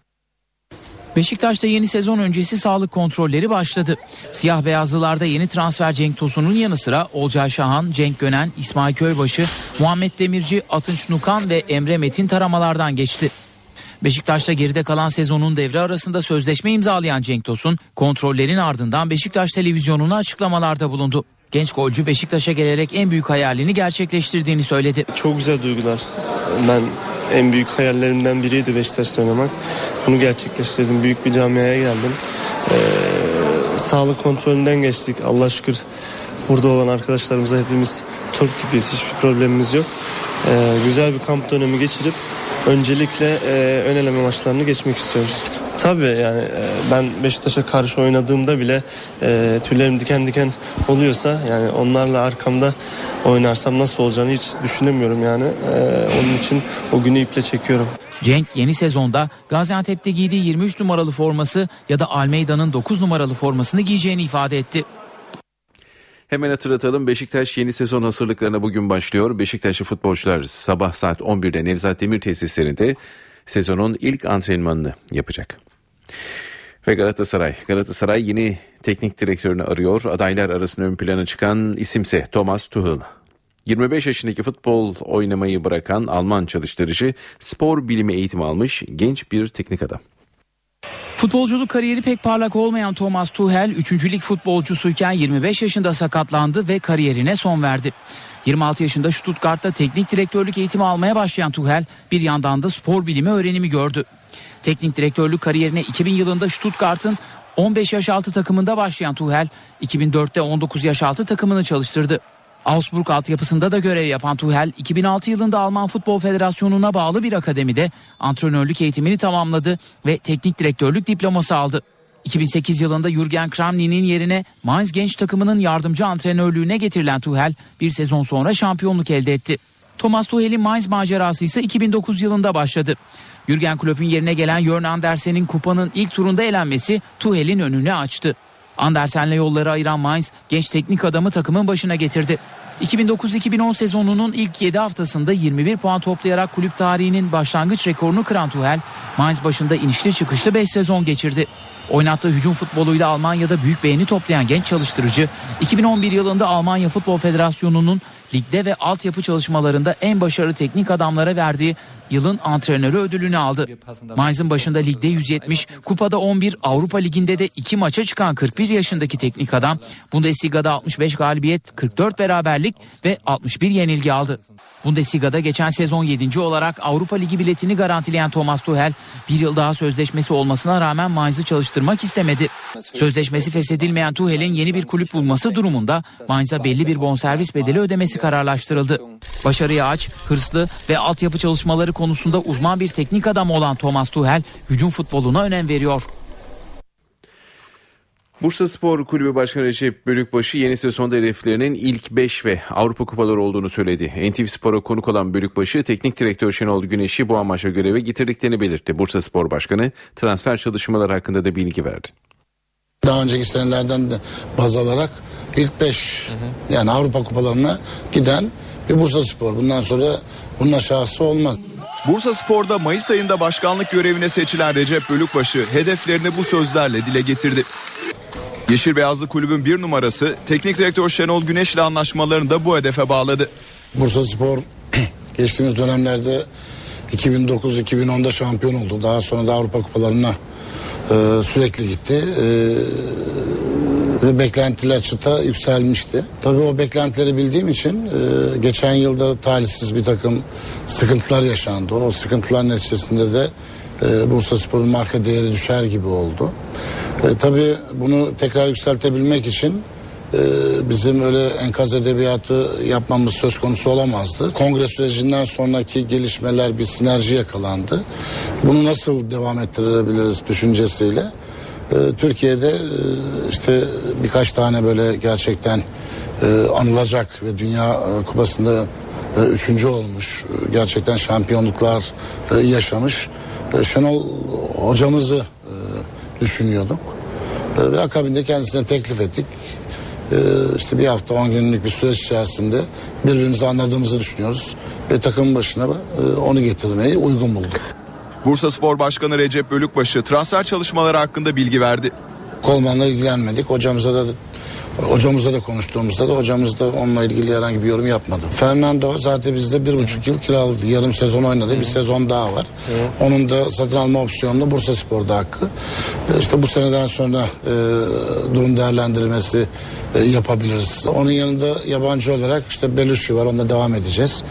Beşiktaş'ta yeni sezon öncesi sağlık kontrolleri başladı. Siyah beyazlılarda yeni transfer Cenk Tosun'un yanı sıra Olcay Şahan, Cenk Gönen, İsmail Köybaşı, Muhammed Demirci, Atınç Nukan ve Emre Metin taramalardan geçti. Beşiktaş'ta geride kalan sezonun devre arasında sözleşme imzalayan Cenk Tosun, kontrollerin ardından Beşiktaş televizyonuna açıklamalarda bulundu. Genç golcü Beşiktaş'a gelerek en büyük hayalini gerçekleştirdiğini söyledi. Çok güzel duygular. Ben en büyük hayallerimden biriydi Beşiktaş'ta oynamak. Bunu gerçekleştirdim. Büyük bir camiaya geldim. Sağlık kontrolünden geçtik. Allah şükür burada olan arkadaşlarımıza hepimiz Türk gibiyiz. Hiçbir problemimiz yok. Güzel bir kamp dönemi geçirip öncelikle ön eleme maçlarını geçmek istiyoruz. Tabii yani ben Beşiktaş'a karşı oynadığımda bile tüylerim diken diken oluyorsa yani onlarla arkamda oynarsam nasıl olacağını hiç düşünemiyorum yani. Onun için o günü iple çekiyorum. Cenk yeni sezonda Gaziantep'te giydiği 23 numaralı forması ya da Almeida'nın 9 numaralı formasını giyeceğini ifade etti. Hemen hatırlatalım, Beşiktaş yeni sezon hazırlıklarına bugün başlıyor. Beşiktaşlı futbolcular sabah saat 11'de Nevzat Demir tesislerinde sezonun ilk antrenmanını yapacak. Ve Galatasaray yeni teknik direktörünü arıyor. Adaylar arasında ön plana çıkan isimse Thomas Tuchel. 25 yaşındaki futbol oynamayı bırakan Alman çalıştırıcı spor bilimi eğitimi almış genç bir teknik adam. Futbolculuk kariyeri pek parlak olmayan Thomas Tuchel 3. lig futbolcusuyken 25 yaşında sakatlandı ve kariyerine son verdi. 26 yaşında Stuttgart'ta teknik direktörlük eğitimi almaya başlayan Tuchel bir yandan da spor bilimi öğrenimi gördü. Teknik direktörlük kariyerine 2000 yılında Stuttgart'ın 15 yaş altı takımında başlayan Tuchel 2004'te 19 yaş altı takımını çalıştırdı. Augsburg altyapısında da görev yapan Tuchel 2006 yılında Alman Futbol Federasyonu'na bağlı bir akademide antrenörlük eğitimini tamamladı ve teknik direktörlük diploması aldı. 2008 yılında Jürgen Kramni'nin yerine Mainz genç takımının yardımcı antrenörlüğüne getirilen Tuchel bir sezon sonra şampiyonluk elde etti. Thomas Tuchel'in Mainz macerası ise 2009 yılında başladı. Jürgen Klopp'un yerine gelen Jörn Andersen'in kupanın ilk turunda elenmesi Tuchel'in önünü açtı. Andersen'le yolları ayıran Mainz genç teknik adamı takımın başına getirdi. 2009-2010 sezonunun ilk 7 haftasında 21 puan toplayarak kulüp tarihinin başlangıç rekorunu kıran Tuchel, Mainz başında inişli çıkışlı 5 sezon geçirdi. Oynattığı hücum futboluyla Almanya'da büyük beğeni toplayan genç çalıştırıcı, 2011 yılında Almanya Futbol Federasyonu'nun ligde ve altyapı çalışmalarında en başarılı teknik adamlara verdiği yılın antrenörü ödülünü aldı. Mainz'ın başında ligde 170, kupada 11, Avrupa Ligi'nde de 2 maça çıkan 41 yaşındaki teknik adam, Bundesliga'da 65 galibiyet, 44 beraberlik ve 61 yenilgi aldı. Bundesliga'da geçen sezon 7. olarak Avrupa Ligi biletini garantileyen Thomas Tuchel, bir yıl daha sözleşmesi olmasına rağmen Mainz'ı çalıştırmak istemedi. Sözleşmesi feshedilmeyen Tuchel'in yeni bir kulüp bulması durumunda Mainz'a belli bir bonservis bedeli ödemesi kararlaştırıldı. Başarıya aç, hırslı ve altyapı çalışmaları konusunda uzman bir teknik adam olan Thomas Tuchel, hücum futboluna önem veriyor. Bursaspor Kulübü Başkanı Recep Bölükbaşı yeni sezonda hedeflerinin ilk 5 ve Avrupa Kupaları olduğunu söyledi. NTV Spor'a konuk olan Bölükbaşı, teknik direktör Şenol Güneş'i bu amaçla göreve getirdiklerini belirtti. Bursaspor Başkanı transfer çalışmaları hakkında da bilgi verdi. Daha önceki senelerden de baz alarak ilk 5 yani Avrupa Kupalarına giden bir Bursaspor. Bundan sonra bunun aşağısı olmaz. Bursaspor'da Mayıs ayında başkanlık görevine seçilen Recep Bölükbaşı hedeflerini bu sözlerle dile getirdi. Yeşil Beyazlı kulübün bir numarası teknik direktör Şenol Güneş'le anlaşmalarını da bu hedefe bağladı. Bursaspor geçtiğimiz dönemlerde 2009-2010'da şampiyon oldu. Daha sonra da Avrupa Kupalarına sürekli gitti. Ve beklentiler çıta yükselmişti. Tabii o beklentileri bildiğim için geçen yılda talihsiz bir takım sıkıntılar yaşandı. O sıkıntılar neticesinde de Bursaspor'un marka değeri düşer gibi oldu. Tabii bunu tekrar yükseltebilmek için bizim öyle enkaz edebiyatı yapmamız söz konusu olamazdı. Kongre sürecinden sonraki gelişmeler, bir sinerji yakalandı. Bunu nasıl devam ettirebiliriz düşüncesiyle Türkiye'de işte birkaç tane böyle gerçekten anılacak ve Dünya Kupası'nda 3. olmuş, gerçekten şampiyonluklar yaşamış Şenol hocamızı düşünüyorduk. Ve akabinde kendisine teklif ettik. İşte bir hafta 10 günlük bir süreç içerisinde birbirimizi anladığımızı düşünüyoruz. Ve takımın başına onu getirmeyi uygun bulduk. Bursaspor Başkanı Recep Bölükbaşı transfer çalışmaları hakkında bilgi verdi. Kolmanla ilgilenmedik. Hocamızla da konuştuğumuzda da hocamız da onunla ilgili herhangi bir yorum yapmadı. Fernando zaten bizde 1,5 yıl kiraladı. Yarım sezon oynadı. Bir sezon daha var. Onun da satın alma opsiyonunda Bursaspor'da hakkı. İşte bu seneden sonra durum değerlendirmesi yapabiliriz. Onun yanında yabancı olarak işte Belushi var. Onunla devam edeceğiz.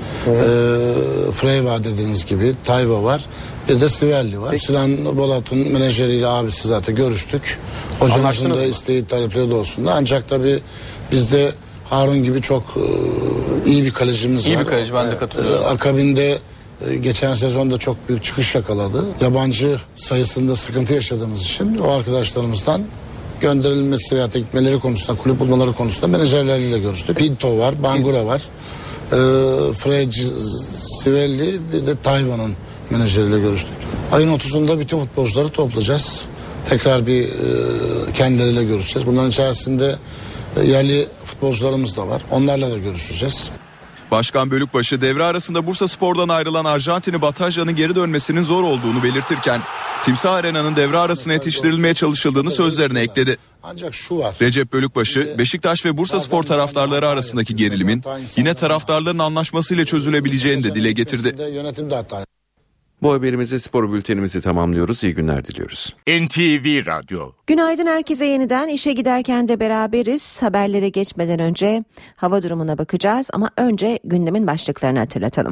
Frey var dediğiniz gibi. Tayvo var. Bir de Sivelli var. Sinan Bolat'ın menajeriyle abisi zaten görüştük. Hocamızın da isteği talepleri de olsun da. Ancak tabii bizde Harun gibi çok iyi bir kalecimiz var. İyi bir kaleci, ben de katılıyorum. Akabinde geçen sezonda çok büyük çıkış yakaladı. Yabancı sayısında sıkıntı yaşadığımız için o arkadaşlarımızdan gönderilmesi veya gitmeleri konusunda, kulüp bulmaları konusunda menajerleriyle görüştük. Pinto var, Bangura var. Frey, Sivelli, bir de Tayvan'ın menajeriyle görüştük. Ayın 30'unda bütün futbolcuları toplayacağız. Tekrar bir kendileriyle görüşeceğiz. Bunların içerisinde yerli futbolcularımız da var. Onlarla da görüşeceğiz. Başkan Bölükbaşı devre arasında Bursaspor'dan ayrılan Arjantinli Batasya'nın geri dönmesinin zor olduğunu belirtirken Timsah Arena'nın devre arasına yetiştirilmeye çalışıldığını sözlerine ekledi. Ancak şu var. Recep Bölükbaşı, Beşiktaş ve Bursaspor taraftarları arasındaki gerilimin yine taraftarların anlaşmasıyla çözülebileceğini de dile getirdi. Bu haberimizi, spor bültenimizi tamamlıyoruz. İyi günler diliyoruz. NTV Radyo. Günaydın herkese yeniden. İşe giderken de beraberiz. Haberlere geçmeden önce hava durumuna bakacağız ama önce gündemin başlıklarını hatırlatalım.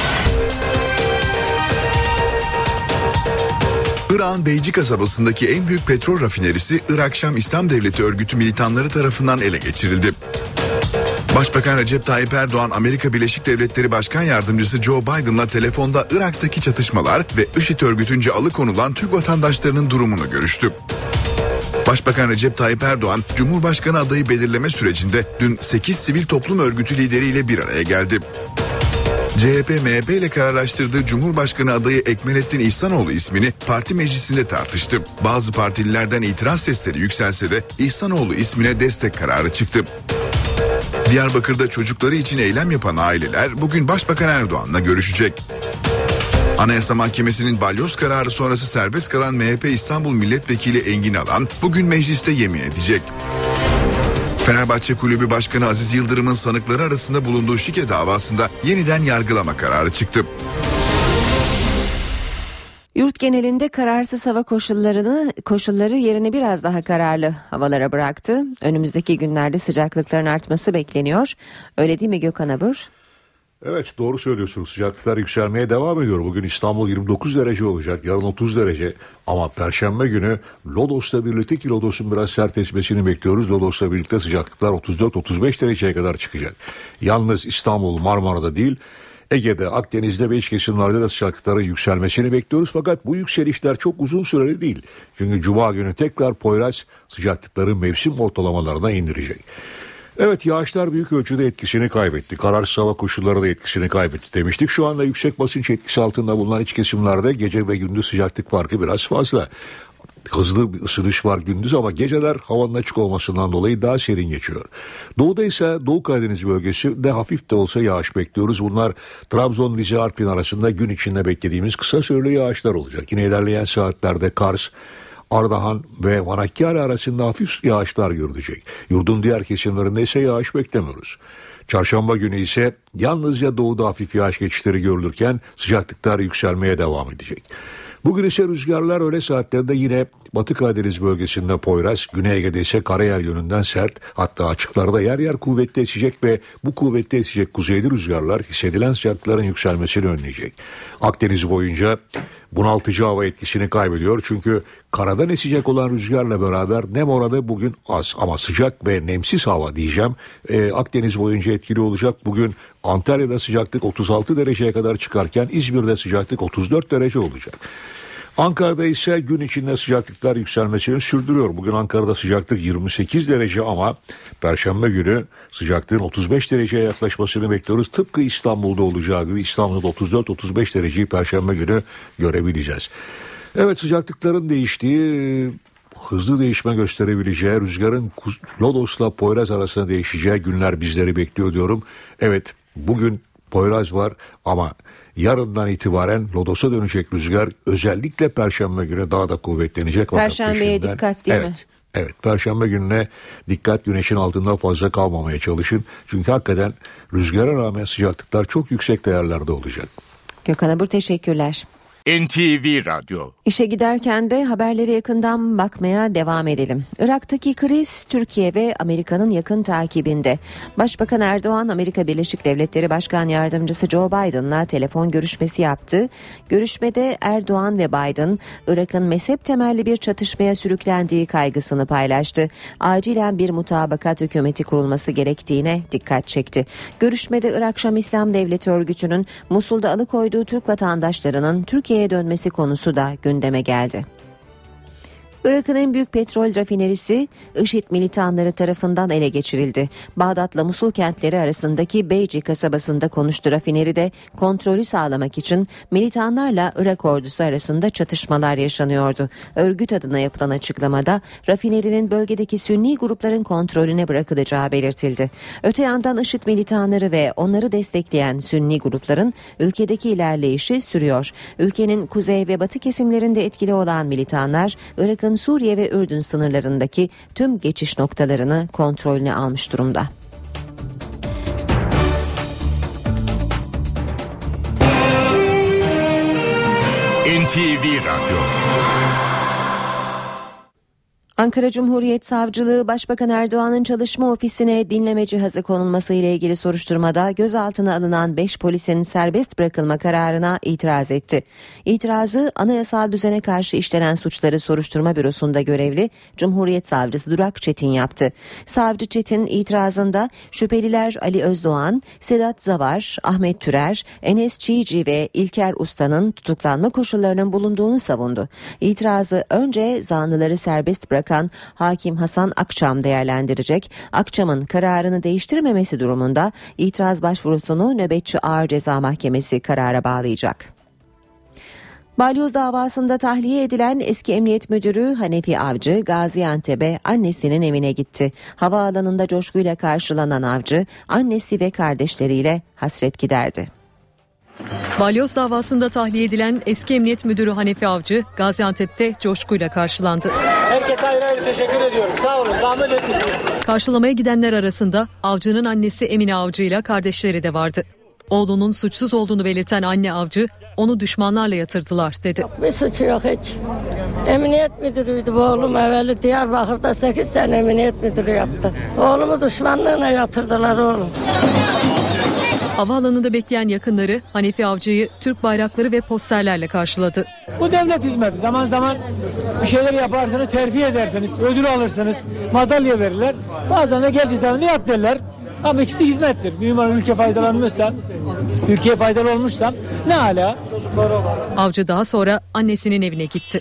Irak'ın Beyci kasabasındaki en büyük petrol rafinerisi Irak-Şam İslam Devleti örgütü militanları tarafından ele geçirildi. Başbakan Recep Tayyip Erdoğan, Amerika Birleşik Devletleri Başkan Yardımcısı Joe Biden'la telefonda Irak'taki çatışmalar ve IŞİD örgütünce alıkonulan Türk vatandaşlarının durumunu görüştü. Başbakan Recep Tayyip Erdoğan, Cumhurbaşkanı adayı belirleme sürecinde dün 8 sivil toplum örgütü lideriyle bir araya geldi. CHP-MHP ile kararlaştırdığı Cumhurbaşkanı adayı Ekmelettin İhsanoğlu ismini parti meclisinde tartıştı. Bazı partililerden itiraz sesleri yükselse de İhsanoğlu ismine destek kararı çıktı. Diyarbakır'da çocukları için eylem yapan aileler bugün Başbakan Erdoğan'la görüşecek. Anayasa Mahkemesi'nin balyoz kararı sonrası serbest kalan MHP İstanbul Milletvekili Engin Alan bugün mecliste yemin edecek. Fenerbahçe Kulübü Başkanı Aziz Yıldırım'ın sanıkları arasında bulunduğu şike davasında yeniden yargılama kararı çıktı. Yurt genelinde kararsız hava koşulları yerini biraz daha kararlı havalara bıraktı. Önümüzdeki günlerde sıcaklıkların artması bekleniyor. Öyle değil mi Gökhan Abur? Evet, doğru söylüyorsunuz. Sıcaklıklar yükselmeye devam ediyor. Bugün İstanbul 29 derece olacak. Yarın 30 derece. Ama Perşembe günü Lodos'la birlikte, ki Lodos'un biraz sert esmesini bekliyoruz. Lodos'la birlikte sıcaklıklar 34-35 dereceye kadar çıkacak. Yalnız İstanbul, Marmara'da değil, Ege'de, Akdeniz'de ve iç kesimlerde de sıcaklıkların yükselmesini bekliyoruz. Fakat bu yükselişler çok uzun süreli değil. Çünkü Cuma günü tekrar Poyraz sıcaklıkları mevsim ortalamalarına indirecek. Evet, yağışlar büyük ölçüde etkisini kaybetti. Kararsız hava koşulları da etkisini kaybetti demiştik. Şu anda yüksek basınç etkisi altında bulunan iç kesimlerde gece ve gündüz sıcaklık farkı biraz fazla. Hızlı bir ısınış var gündüz ama geceler havanın açık olmasından dolayı daha serin geçiyor. Doğuda ise Doğu Karadeniz bölgesi de hafif de olsa yağış bekliyoruz. Bunlar Trabzon, Rize, Artvin arasında gün içinde beklediğimiz kısa süreli yağışlar olacak. Yine ilerleyen saatlerde Kars, Ardahan ve Manakkari arasında hafif yağışlar görülecek. Yurdun diğer kesimlerinde ise yağış beklemiyoruz. Çarşamba günü ise yalnızca doğuda hafif yağış geçişleri görülürken sıcaklıklar yükselmeye devam edecek. Bugün ise rüzgarlar öğle saatlerinde yine Batı Karadeniz bölgesinde Poyraz, Güney Ege'de ise Karayel yönünden sert, hatta açıklarda yer yer kuvvetli esecek ve bu kuvvetli esecek kuzeyli rüzgarlar hissedilen sıcaklıkların yükselmesini önleyecek. Akdeniz boyunca bunaltıcı hava etkisini kaybediyor çünkü karadan esecek olan rüzgarla beraber nem oranı bugün az ama sıcak ve nemsiz hava diyeceğim. Akdeniz boyunca etkili olacak. Bugün Antalya'da sıcaklık 36 dereceye kadar çıkarken İzmir'de sıcaklık 34 derece olacak. Ankara'da ise gün içinde sıcaklıklar yükselmesini sürdürüyor. Bugün Ankara'da sıcaklık 28 derece ama Perşembe günü sıcaklığın 35 dereceye yaklaşmasını bekliyoruz. Tıpkı İstanbul'da olacağı gibi İstanbul'da 34-35 dereceyi Perşembe günü görebileceğiz. Evet, sıcaklıkların değiştiği, hızlı değişme gösterebileceği, rüzgarın Lodos'la Poyraz arasında değişeceği günler bizleri bekliyor diyorum. Evet, bugün Poyraz var ama yarından itibaren Lodos'a dönecek rüzgar özellikle Perşembe günü daha da kuvvetlenecek. Perşembeye dikkat değil mi? Evet, Perşembe gününe dikkat, güneşin altında fazla kalmamaya çalışın. Çünkü hakikaten rüzgara rağmen sıcaklıklar çok yüksek değerlerde olacak. Gökhan Abur, teşekkürler. NTV Radyo. İşe giderken de haberlere yakından bakmaya devam edelim. Irak'taki kriz Türkiye ve Amerika'nın yakın takibinde. Başbakan Erdoğan, Amerika Birleşik Devletleri Başkan Yardımcısı Joe Biden'la telefon görüşmesi yaptı. Görüşmede Erdoğan ve Biden, Irak'ın mezhep temelli bir çatışmaya sürüklendiği kaygısını paylaştı. Acilen bir mutabakat hükümeti kurulması gerektiğine dikkat çekti. Görüşmede Irak Şam İslam Devleti örgütünün Musul'da alıkoyduğu Türk vatandaşlarının Türkiye'ye dönmesi konusu da gündeme geldi. Irak'ın en büyük petrol rafinerisi IŞİD militanları tarafından ele geçirildi. Bağdat'la Musul kentleri arasındaki Beyci kasabasında konuştu. Rafineride kontrolü sağlamak için militanlarla Irak ordusu arasında çatışmalar yaşanıyordu. Örgüt adına yapılan açıklamada rafinerinin bölgedeki Sünni grupların kontrolüne bırakılacağı belirtildi. Öte yandan IŞİD militanları ve onları destekleyen Sünni grupların ülkedeki ilerleyişi sürüyor. Ülkenin kuzey ve batı kesimlerinde etkili olan militanlar Irak'ın Suriye ve Ürdün sınırlarındaki tüm geçiş noktalarını kontrolüne almış durumda. NTV Radyo. Ankara Cumhuriyet Savcılığı, Başbakan Erdoğan'ın çalışma ofisine dinleme cihazı konulması ile ilgili soruşturmada gözaltına alınan 5 polisin serbest bırakılma kararına itiraz etti. İtirazı anayasal düzene karşı işlenen suçları soruşturma bürosunda görevli Cumhuriyet Savcısı Durak Çetin yaptı. Savcı Çetin itirazında şüpheliler Ali Özdoğan, Sedat Zavar, Ahmet Türer, Enes Çiğci ve İlker Usta'nın tutuklanma koşullarının bulunduğunu savundu. İtirazı önce zanlıları serbest bırakan Hakim Hasan Akçam değerlendirecek. Akçam'ın kararını değiştirmemesi durumunda itiraz başvurusunu Nöbetçi Ağır Ceza Mahkemesi karara bağlayacak. Balyoz davasında tahliye edilen eski emniyet müdürü Hanefi Avcı Gaziantep'e annesinin evine gitti. Havaalanında coşkuyla karşılanan Avcı annesi ve kardeşleriyle hasret giderdi. Balyoz davasında tahliye edilen eski emniyet müdürü Hanefi Avcı Gaziantep'te coşkuyla karşılandı. Herkese ayrı ayrı teşekkür ediyorum. Sağ olun, zahmet etmişsiniz. Karşılamaya gidenler arasında Avcı'nın annesi Emine Avcı ile kardeşleri de vardı. Oğlunun suçsuz olduğunu belirten anne Avcı, onu düşmanlarla yatırdılar dedi. Bir suçu yok hiç. Emniyet müdürüydü bu oğlum, evveli Diyarbakır'da 8 sene emniyet müdürü yaptı. Oğlumu düşmanlığına yatırdılar oğlum. Havaalanında bekleyen yakınları Hanefi Avcı'yı Türk bayrakları ve posterlerle karşıladı. Bu devlet hizmeti. Zaman zaman bir şeyler yaparsanız, terfi ederseniz, ödül alırsınız, madalya verirler. Bazen de gerçekten yap derler. Ama ikisi de hizmettir. Bir numara ülke faydalanmışsa, ülkeye faydalı olmuşsam ne hala. Avcı daha sonra annesinin evine gitti.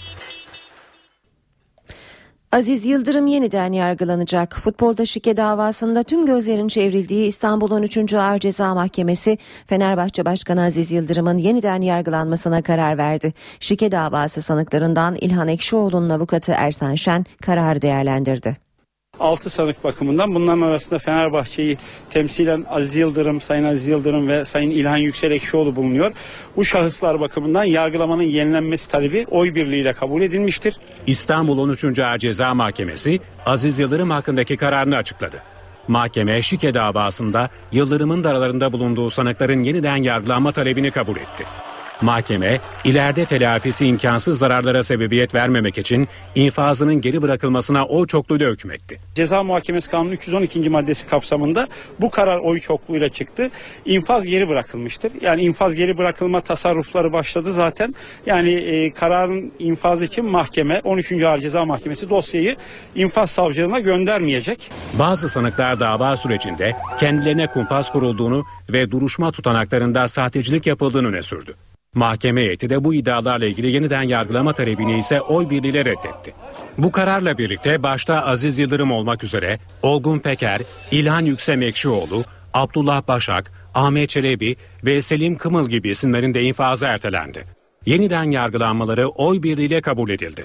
Aziz Yıldırım yeniden yargılanacak. Futbolda şike davasında tüm gözlerin çevrildiği İstanbul 13. Ağır Ceza Mahkemesi, Fenerbahçe Başkanı Aziz Yıldırım'ın yeniden yargılanmasına karar verdi. Şike davası sanıklarından İlhan Ekşioğlu'nun avukatı Ersan Şen kararı değerlendirdi. 6 sanık bakımından bunların arasında Fenerbahçe'yi temsilen Aziz Yıldırım, Sayın Aziz Yıldırım ve Sayın İlhan Yüksel Ekşioğlu bulunuyor. Bu şahıslar bakımından yargılamanın yenilenmesi talebi oy birliğiyle kabul edilmiştir. İstanbul 13. Ağır Ceza Mahkemesi Aziz Yıldırım hakkındaki kararını açıkladı. Mahkeme şike davasında Yıldırım'ın da aralarında bulunduğu sanıkların yeniden yargılanma talebini kabul etti. Mahkeme, ileride telafisi imkansız zararlara sebebiyet vermemek için infazının geri bırakılmasına oy çokluğuyla hükmetti. Ceza Muhakemesi Kanunu 212. maddesi kapsamında bu karar oy çokluğuyla çıktı. İnfaz geri bırakılmıştır. Yani infaz geri bırakılma tasarrufları başladı zaten. Yani kararın infazı için mahkeme 13. Ağır Ceza Mahkemesi dosyayı infaz savcılığına göndermeyecek. Bazı sanıklar dava sürecinde kendilerine kumpas kurulduğunu ve duruşma tutanaklarında sahtecilik yapıldığını öne sürdü. Mahkeme heyeti de bu iddialarla ilgili yeniden yargılama talebini ise oy birliğiyle reddetti. Bu kararla birlikte başta Aziz Yıldırım olmak üzere Olgun Peker, İlhan Yüksel Ekşioğlu, Abdullah Başak, Ahmet Çelebi ve Selim Kımıl gibi isimlerin de infazı ertelendi. Yeniden yargılanmaları oy birliğiyle kabul edildi.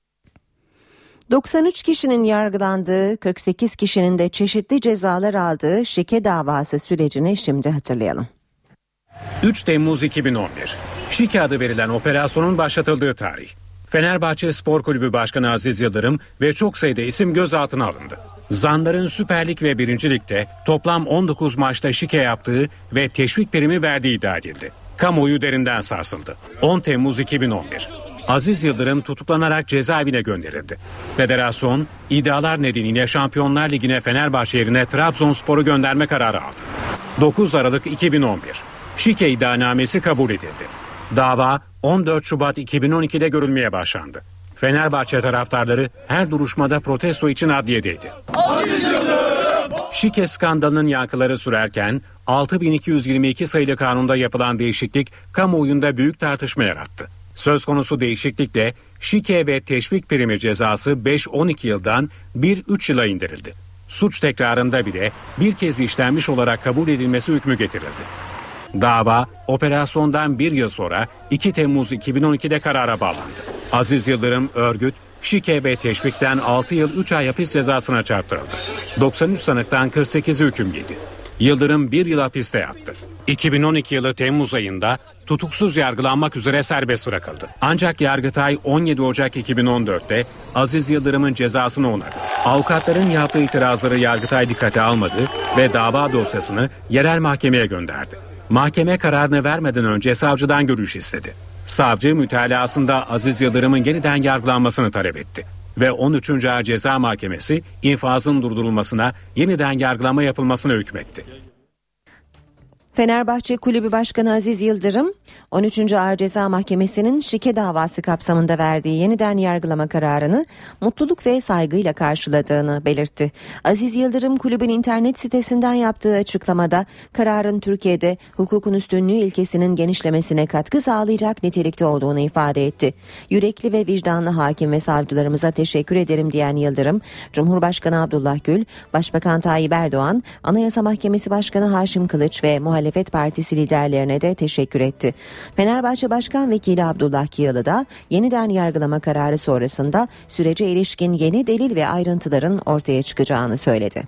93 kişinin yargılandığı, 48 kişinin de çeşitli cezalar aldığı şike davası sürecini şimdi hatırlayalım. 3 Temmuz 2011, şike adı verilen operasyonun başlatıldığı tarih. Fenerbahçe Spor Kulübü Başkanı Aziz Yıldırım ve çok sayıda isim gözaltına alındı. Zanların Süper Lig ve 1. Lig'de toplam 19 maçta şike yaptığı ve teşvik primi verdiği iddia edildi. Kamuoyu derinden sarsıldı. 10 Temmuz 2011, Aziz Yıldırım tutuklanarak cezaevine gönderildi. Federasyon, iddialar nedeniyle Şampiyonlar Ligi'ne Fenerbahçe yerine Trabzonspor'u gönderme kararı aldı. 9 Aralık 2011, şike iddianamesi kabul edildi. Dava 14 Şubat 2012'de görülmeye başlandı. Fenerbahçe taraftarları her duruşmada protesto için adliyedeydi. Şike skandalının yankıları sürerken 6222 sayılı kanunda yapılan değişiklik kamuoyunda büyük tartışma yarattı. Söz konusu değişiklikle şike ve teşvik primi cezası 5-12 yıldan 1-3 yıla indirildi. Suç tekrarında bile bir kez işlenmiş olarak kabul edilmesi hükmü getirildi. Dava operasyondan bir yıl sonra 2 Temmuz 2012'de karara bağlandı. Aziz Yıldırım örgüt, şike ve teşvikten 6 yıl 3 ay hapis cezasına çarptırıldı. 93 sanıktan 48'i hüküm giydi. Yıldırım 1 yıl hapiste yattı. 2012 yılı Temmuz ayında tutuksuz yargılanmak üzere serbest bırakıldı. Ancak Yargıtay 17 Ocak 2014'te Aziz Yıldırım'ın cezasını onadı. Avukatların yaptığı itirazları Yargıtay dikkate almadı ve dava dosyasını yerel mahkemeye gönderdi. Mahkeme kararını vermeden önce savcıdan görüş istedi. Savcı mütalasında Aziz Yıldırım'ın yeniden yargılanmasını talep etti. Ve 13. Ağır Ceza Mahkemesi infazın durdurulmasına, yeniden yargılama yapılmasına hükmetti. Fenerbahçe Kulübü Başkanı Aziz Yıldırım, 13. Ağır Ceza Mahkemesi'nin şike davası kapsamında verdiği yeniden yargılama kararını mutluluk ve saygıyla karşıladığını belirtti. Aziz Yıldırım kulübün internet sitesinden yaptığı açıklamada kararın Türkiye'de hukukun üstünlüğü ilkesinin genişlemesine katkı sağlayacak nitelikte olduğunu ifade etti. Yürekli ve vicdanlı hakim ve savcılarımıza teşekkür ederim diyen Yıldırım, Cumhurbaşkanı Abdullah Gül, Başbakan Tayyip Erdoğan, Anayasa Mahkemesi Başkanı Haşim Kılıç ve Muhalefet Partisi liderlerine de teşekkür etti. Fenerbahçe Başkan Vekili Abdullah Kiyalı da yeniden yargılama kararı sonrasında sürece ilişkin yeni delil ve ayrıntıların ortaya çıkacağını söyledi.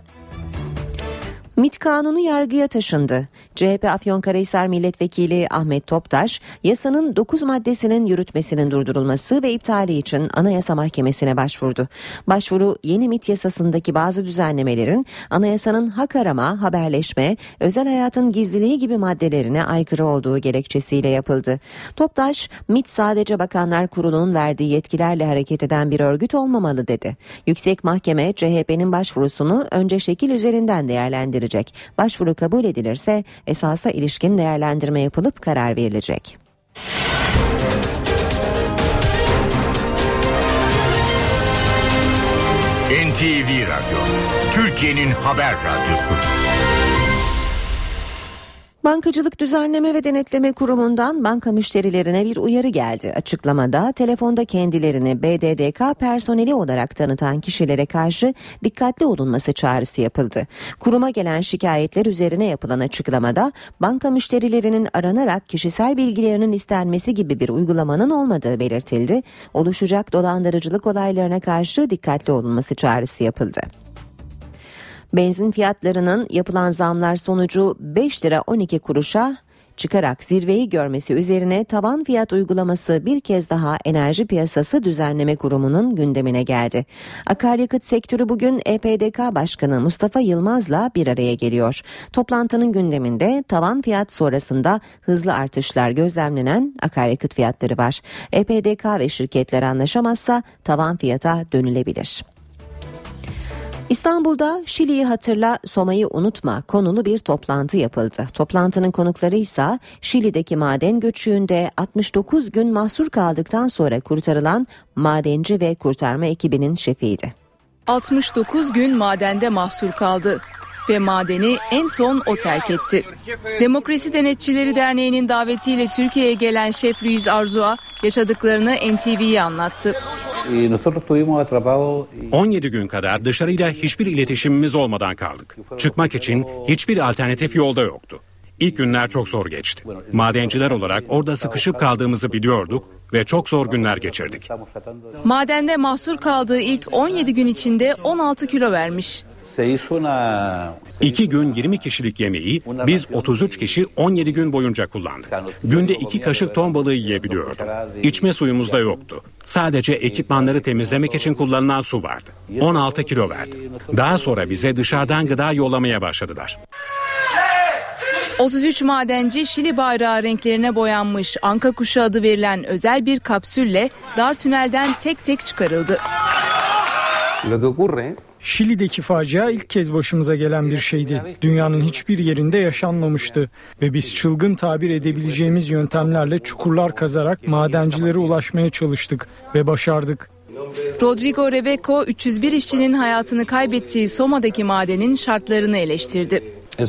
MİT kanunu yargıya taşındı. CHP Afyonkarahisar Milletvekili Ahmet Toptaş, yasanın 9 maddesinin yürütmesinin durdurulması ve iptali için Anayasa Mahkemesi'ne başvurdu. Başvuru yeni MİT yasasındaki bazı düzenlemelerin anayasanın hak arama, haberleşme, özel hayatın gizliliği gibi maddelerine aykırı olduğu gerekçesiyle yapıldı. Toptaş, MİT sadece Bakanlar Kurulu'nun verdiği yetkilerle hareket eden bir örgüt olmamalı dedi. Yüksek Mahkeme CHP'nin başvurusunu önce şekil üzerinden değerlendirecek. Başvuru kabul edilirse esasa ilişkin değerlendirme yapılıp karar verilecek. NTV Radyo, Türkiye'nin haber radyosu. Bankacılık Düzenleme ve Denetleme Kurumu'ndan banka müşterilerine bir uyarı geldi. Açıklamada telefonda kendilerini BDDK personeli olarak tanıtan kişilere karşı dikkatli olunması çağrısı yapıldı. Kuruma gelen şikayetler üzerine yapılan açıklamada banka müşterilerinin aranarak kişisel bilgilerinin istenmesi gibi bir uygulamanın olmadığı belirtildi. Oluşacak dolandırıcılık olaylarına karşı dikkatli olunması çağrısı yapıldı. Benzin fiyatlarının yapılan zamlar sonucu 5 lira 12 kuruşa çıkarak zirveyi görmesi üzerine tavan fiyat uygulaması bir kez daha Enerji Piyasası Düzenleme Kurumu'nun gündemine geldi. Akaryakıt sektörü bugün EPDK Başkanı Mustafa Yılmaz'la bir araya geliyor. Toplantının gündeminde tavan fiyat sonrasında hızlı artışlar gözlemlenen akaryakıt fiyatları var. EPDK ve şirketler anlaşamazsa tavan fiyata dönülebilir. İstanbul'da Şili'yi hatırla, Soma'yı unutma konulu bir toplantı yapıldı. Toplantının konukları ise Şili'deki maden göçüğünde 69 gün mahsur kaldıktan sonra kurtarılan madenci ve kurtarma ekibinin şefiydi. 69 gün madende mahsur kaldı ve madeni en son o terk etti. Demokrasi Denetçileri Derneği'nin davetiyle Türkiye'ye gelen şef Luis Arzua yaşadıklarını NTV'ye anlattı. 17 gün kadar dışarıyla hiçbir iletişimimiz olmadan kaldık. Çıkmak için hiçbir alternatif yolda yoktu. İlk günler çok zor geçti. Madenciler olarak orada sıkışıp kaldığımızı biliyorduk ve çok zor günler geçirdik. Madende mahsur kaldığı ilk 17 gün içinde 16 kilo vermiş. 2 gün 20 kişilik yemeği biz 33 kişi 17 gün boyunca kullandık. Günde 2 kaşık ton balığı yiyebiliyordum. İçme suyumuz da yoktu. Sadece ekipmanları temizlemek için kullanılan su vardı. 16 kilo verdim. Daha sonra bize dışarıdan gıda yollamaya başladılar. 33 madenci Şili bayrağı renklerine boyanmış Anka kuşu adı verilen özel bir kapsülle dar tünelden tek tek çıkarıldı. Şili'deki facia ilk kez başımıza gelen bir şeydi. Dünyanın hiçbir yerinde yaşanmamıştı ve biz çılgın tabir edebileceğimiz yöntemlerle çukurlar kazarak madencilere ulaşmaya çalıştık ve başardık. Rodrigo Rebeco 301 işçinin hayatını kaybettiği Soma'daki madenin şartlarını eleştirdi.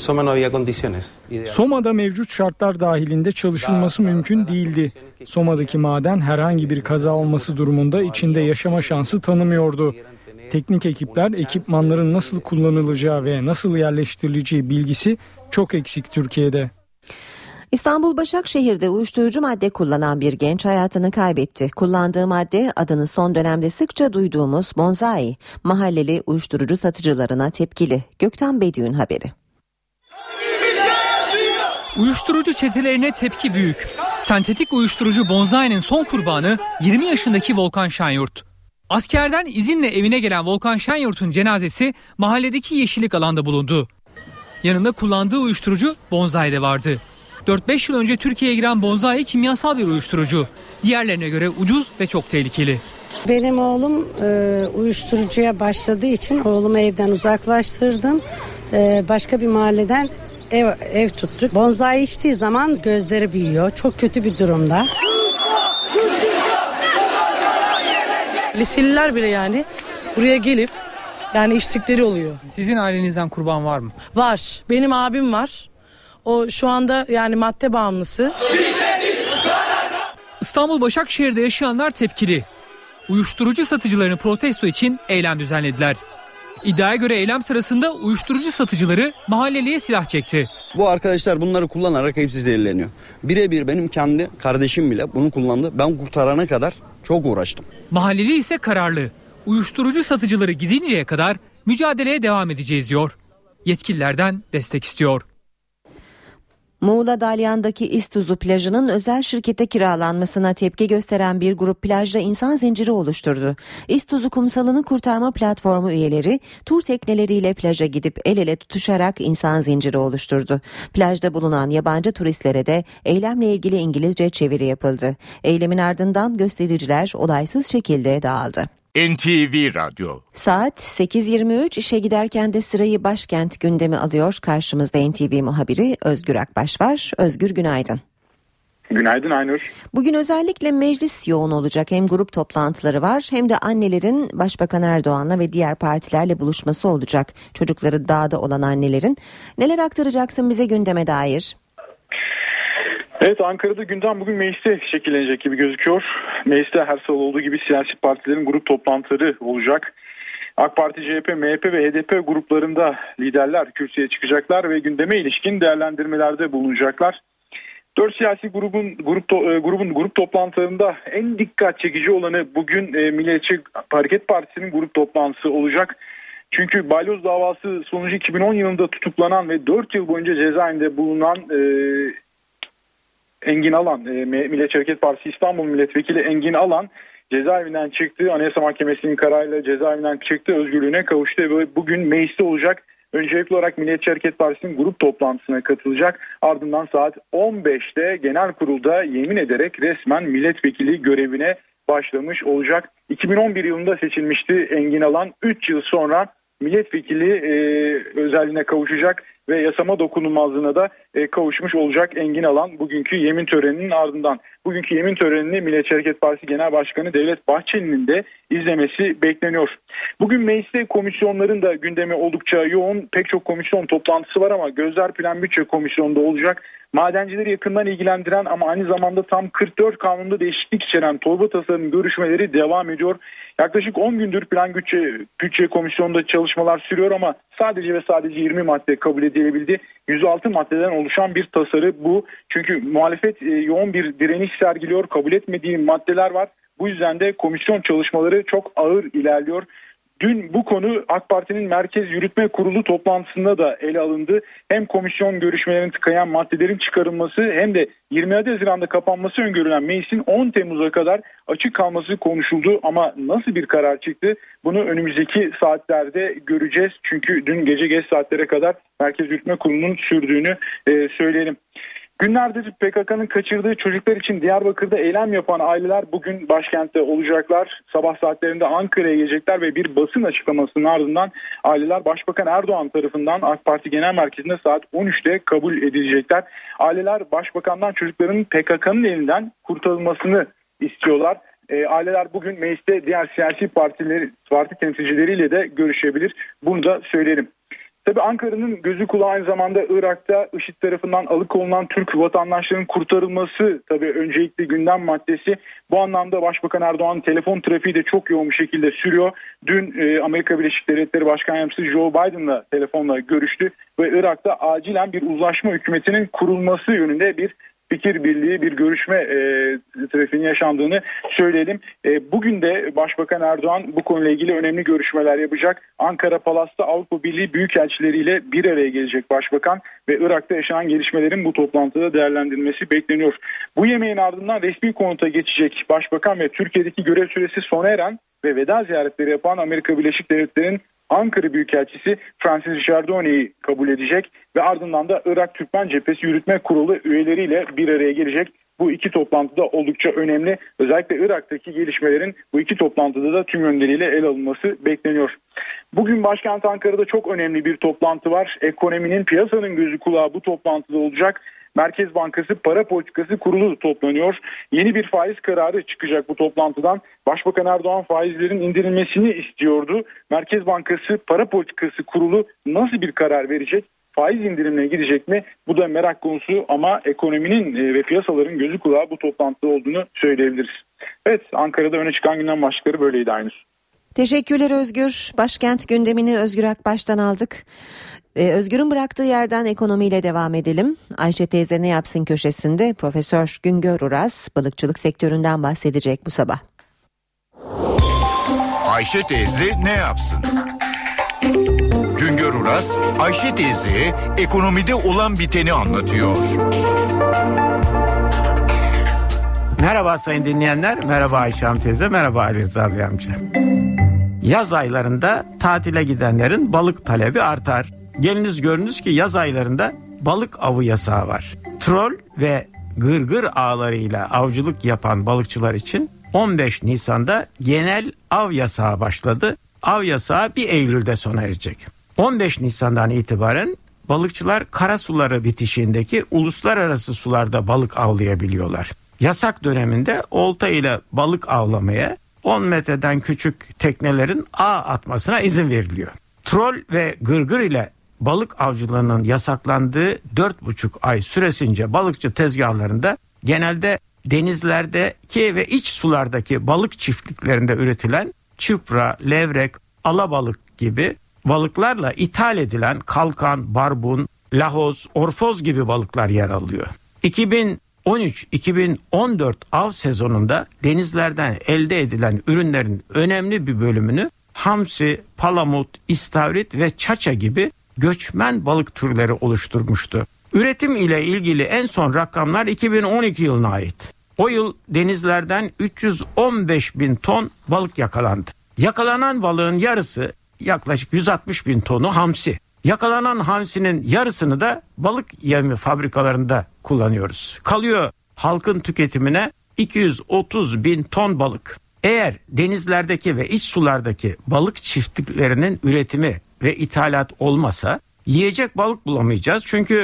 Soma'da mevcut şartlar dahilinde çalışılması mümkün değildi. Soma'daki maden herhangi bir kaza olması durumunda içinde yaşama şansı tanımıyordu. Teknik ekipler ekipmanların nasıl kullanılacağı ve nasıl yerleştirileceği bilgisi çok eksik Türkiye'de. İstanbul Başakşehir'de uyuşturucu madde kullanan bir genç hayatını kaybetti. Kullandığı madde adını son dönemde sıkça duyduğumuz Bonzai. Mahalleli uyuşturucu satıcılarına tepkili. Gökten Bediü'nün haberi. Uyuşturucu çetelerine tepki büyük. Sentetik uyuşturucu Bonzai'nin son kurbanı 20 yaşındaki Volkan Şenyurt. Askerden izinle evine gelen Volkan Şenyurt'un cenazesi mahalledeki yeşillik alanda bulundu. Yanında kullandığı uyuşturucu Bonzai'de vardı. 4-5 yıl önce Türkiye'ye giren Bonzai kimyasal bir uyuşturucu. Diğerlerine göre ucuz ve çok tehlikeli. Benim oğlum uyuşturucuya başladığı için oğlumu evden uzaklaştırdım. Başka bir mahalleden ev tuttuk. Bonzai içtiği zaman gözleri büyüyor. Çok kötü bir durumda. Liseliler bile yani buraya gelip yani içtikleri oluyor. Sizin ailenizden kurban var mı? Var. Benim abim var. O şu anda yani madde bağımlısı. İstanbul Başakşehir'de yaşayanlar tepkili. Uyuşturucu satıcılarını protesto için eylem düzenlediler. İddiaya göre eylem sırasında uyuşturucu satıcıları mahalleliye silah çekti. Bu arkadaşlar bunları kullanarak hepsi zehirleniyor. Birebir benim kendi kardeşim bile bunu kullandı. Ben kurtarana kadar çok uğraştım. Mahalleli ise kararlı. Uyuşturucu satıcıları gidinceye kadar mücadeleye devam edeceğiz diyor. Yetkililerden destek istiyor. Muğla Dalyan'daki İztuzu plajının özel şirkete kiralanmasına tepki gösteren bir grup plajda insan zinciri oluşturdu. İztuzu kumsalını kurtarma platformu üyeleri tur tekneleriyle plaja gidip el ele tutuşarak insan zinciri oluşturdu. Plajda bulunan yabancı turistlere de eylemle ilgili İngilizce çeviri yapıldı. Eylemin ardından göstericiler olaysız şekilde dağıldı. NTV Radyo. Saat 8.23, işe giderken de sırayı başkent gündemi alıyor. Karşımızda NTV muhabiri Özgür Akbaş var. Özgür, günaydın. Günaydın Aynur. Bugün özellikle meclis yoğun olacak. Hem grup toplantıları var hem de annelerin Başbakan Erdoğan'la ve diğer partilerle buluşması olacak. Çocukları dağda olan annelerin. Neler aktaracaksın bize gündeme dair? Evet, Ankara'da gündem bugün mecliste şekillenecek gibi gözüküyor. Mecliste her salı olduğu gibi siyasi partilerin grup toplantıları olacak. AK Parti, CHP, MHP ve HDP gruplarında liderler kürsüye çıkacaklar ve gündeme ilişkin değerlendirmelerde bulunacaklar. 4 siyasi grubun grup toplantılarında en dikkat çekici olanı bugün Milliyetçi Hareket Partisi'nin grup toplantısı olacak. Çünkü balyoz davası sonucu 2010 yılında tutuklanan ve 4 yıl boyunca cezaevinde bulunan Engin Alan, Milliyetçi Hareket Partisi İstanbul Milletvekili Engin Alan cezaevinden çıktı. Anayasa Mahkemesi'nin kararıyla cezaevinden çıktı, özgürlüğüne kavuştu ve bugün mecliste olacak. Öncelikli olarak Milliyetçi Hareket Partisi'nin grup toplantısına katılacak. Ardından saat 15'te genel kurulda yemin ederek resmen milletvekili görevine başlamış olacak. 2011 yılında seçilmişti Engin Alan. 3 yıl sonra milletvekili özelliğine kavuşacak ve yasama dokunulmazlığına da kavuşmuş olacak Engin Alan bugünkü yemin töreninin ardından. Bugünkü yemin törenini Milliyetçi Hareket Partisi Genel Başkanı Devlet Bahçeli'nin de izlemesi bekleniyor. Bugün mecliste komisyonların da gündemi oldukça yoğun. Pek çok komisyon toplantısı var ama gözler Plan Bütçe Komisyonu'nda olacak. Madencileri yakından ilgilendiren ama aynı zamanda tam 44 kanunda değişiklik içeren torba tasarının görüşmeleri devam ediyor. Yaklaşık 10 gündür Plan Bütçe Komisyonu'nda çalışmalar sürüyor ama sadece ve sadece 20 madde kabul edilebildi. 106 maddeden oluşan bir tasarı bu. Çünkü muhalefet yoğun bir direniş sergiliyor. Kabul etmediği maddeler var. Bu yüzden de komisyon çalışmaları çok ağır ilerliyor. Dün bu konu AK Parti'nin Merkez Yürütme Kurulu toplantısında da ele alındı. Hem komisyon görüşmelerini tıkayan maddelerin çıkarılması hem de 27 Haziran'da kapanması öngörülen meclisin 10 Temmuz'a kadar açık kalması konuşuldu. Ama nasıl bir karar çıktı? Bunu önümüzdeki saatlerde göreceğiz. Çünkü dün gece geç saatlere kadar Merkez Yürütme Kurulu'nun sürdüğünü söyleyelim. Günlerdir PKK'nın kaçırdığı çocuklar için Diyarbakır'da eylem yapan aileler bugün başkentte olacaklar. Sabah saatlerinde Ankara'ya gelecekler ve bir basın açıklamasının ardından aileler Başbakan Erdoğan tarafından AK Parti Genel Merkezi'nde saat 13'te kabul edilecekler. Aileler Başbakan'dan çocukların PKK'nın elinden kurtarılmasını istiyorlar. Aileler bugün mecliste diğer siyasi parti temsilcileriyle de görüşebilir. Bunu da söyleyelim. Tabii Ankara'nın gözü kulağı aynı zamanda Irak'ta IŞİD tarafından alıkonulan Türk vatandaşlarının kurtarılması tabii öncelikli gündem maddesi. Bu anlamda Başbakan Erdoğan'ın telefon trafiği de çok yoğun bir şekilde sürüyor. Dün Amerika Birleşik Devletleri Başkan Yardımcısı Joe Biden'la telefonla görüştü ve Irak'ta acilen bir uzlaşma hükümetinin kurulması yönünde bir fikir birliği, bir görüşme trafiğinin yaşandığını söyleyelim. Bugün de Başbakan Erdoğan bu konuyla ilgili önemli görüşmeler yapacak. Ankara Palas'ta Avrupa Birliği büyükelçileriyle bir araya gelecek Başbakan ve Irak'ta yaşanan gelişmelerin bu toplantıda değerlendirilmesi bekleniyor. Bu yemeğin ardından resmi konuta geçecek Başbakan ve Türkiye'deki görev süresi sona eren ve veda ziyaretleri yapan Amerika Birleşik Devletleri'nin Ankara Büyükelçisi Francis Jardoni'yi kabul edecek ve ardından da Irak Türkmen Cephesi Yürütme Kurulu üyeleriyle bir araya gelecek. Bu iki toplantıda oldukça önemli. Özellikle Irak'taki gelişmelerin bu iki toplantıda da tüm yönleriyle ele alınması bekleniyor. Bugün başkent Ankara'da çok önemli bir toplantı var. Ekonominin, piyasanın gözü kulağı bu toplantıda olacak. Merkez Bankası Para Politikası Kurulu toplanıyor. Yeni bir faiz kararı çıkacak bu toplantıdan. Başbakan Erdoğan faizlerin indirilmesini istiyordu. Merkez Bankası Para Politikası Kurulu nasıl bir karar verecek? Faiz indirimine gidecek mi? Bu da merak konusu ama ekonominin ve piyasaların gözü kulağı bu toplantıda olduğunu söyleyebiliriz. Evet, Ankara'da öne çıkan gündem başlıkları böyleydi aynısı. Teşekkürler Özgür. Başkent gündemini Özgür Akbaş'tan aldık. Özgür'ün bıraktığı yerden ekonomiyle devam edelim. Ayşe teyze ne yapsın köşesinde Profesör Güngör Uras balıkçılık sektöründen bahsedecek bu sabah. Ayşe teyze ne yapsın? Güngör Uras, Ayşe teyzeye ekonomide olan biteni anlatıyor. Merhaba sayın dinleyenler, merhaba Ayşe Hanım teyze, merhaba Ali Rıza Bey amca. Yaz aylarında tatile gidenlerin balık talebi artar. Geliniz görünüz ki yaz aylarında balık avı yasağı var. Trol ve gırgır ağlarıyla avcılık yapan balıkçılar için 15 Nisan'da genel av yasağı başladı. Av yasağı 1 Eylül'de sona erecek. 15 Nisan'dan itibaren balıkçılar karasuları bitişiğindeki uluslararası sularda balık avlayabiliyorlar. Yasak döneminde olta ile balık avlamaya 10 metreden küçük teknelerin ağ atmasına izin veriliyor. Trol ve gırgır ile balık avcılığının yasaklandığı 4,5 ay süresince balıkçı tezgahlarında genelde denizlerdeki ve iç sulardaki balık çiftliklerinde üretilen çupra, levrek, alabalık gibi balıklarla ithal edilen kalkan, barbun, lahoz, orfoz gibi balıklar yer alıyor. 2013-2014 av sezonunda denizlerden elde edilen ürünlerin önemli bir bölümünü hamsi, palamut, istavrit ve çaça gibi göçmen balık türleri oluşturmuştu. Üretim ile ilgili en son rakamlar 2012 yılına ait. O yıl denizlerden 315 bin ton balık yakalandı. Yakalanan balığın yarısı, yaklaşık 160 bin tonu hamsi. Yakalanan hamsinin yarısını da balık yemi fabrikalarında kullanıyoruz. Kalıyor halkın tüketimine 230 bin ton balık. Eğer denizlerdeki ve iç sulardaki balık çiftliklerinin üretimi ve ithalat olmasa yiyecek balık bulamayacağız. Çünkü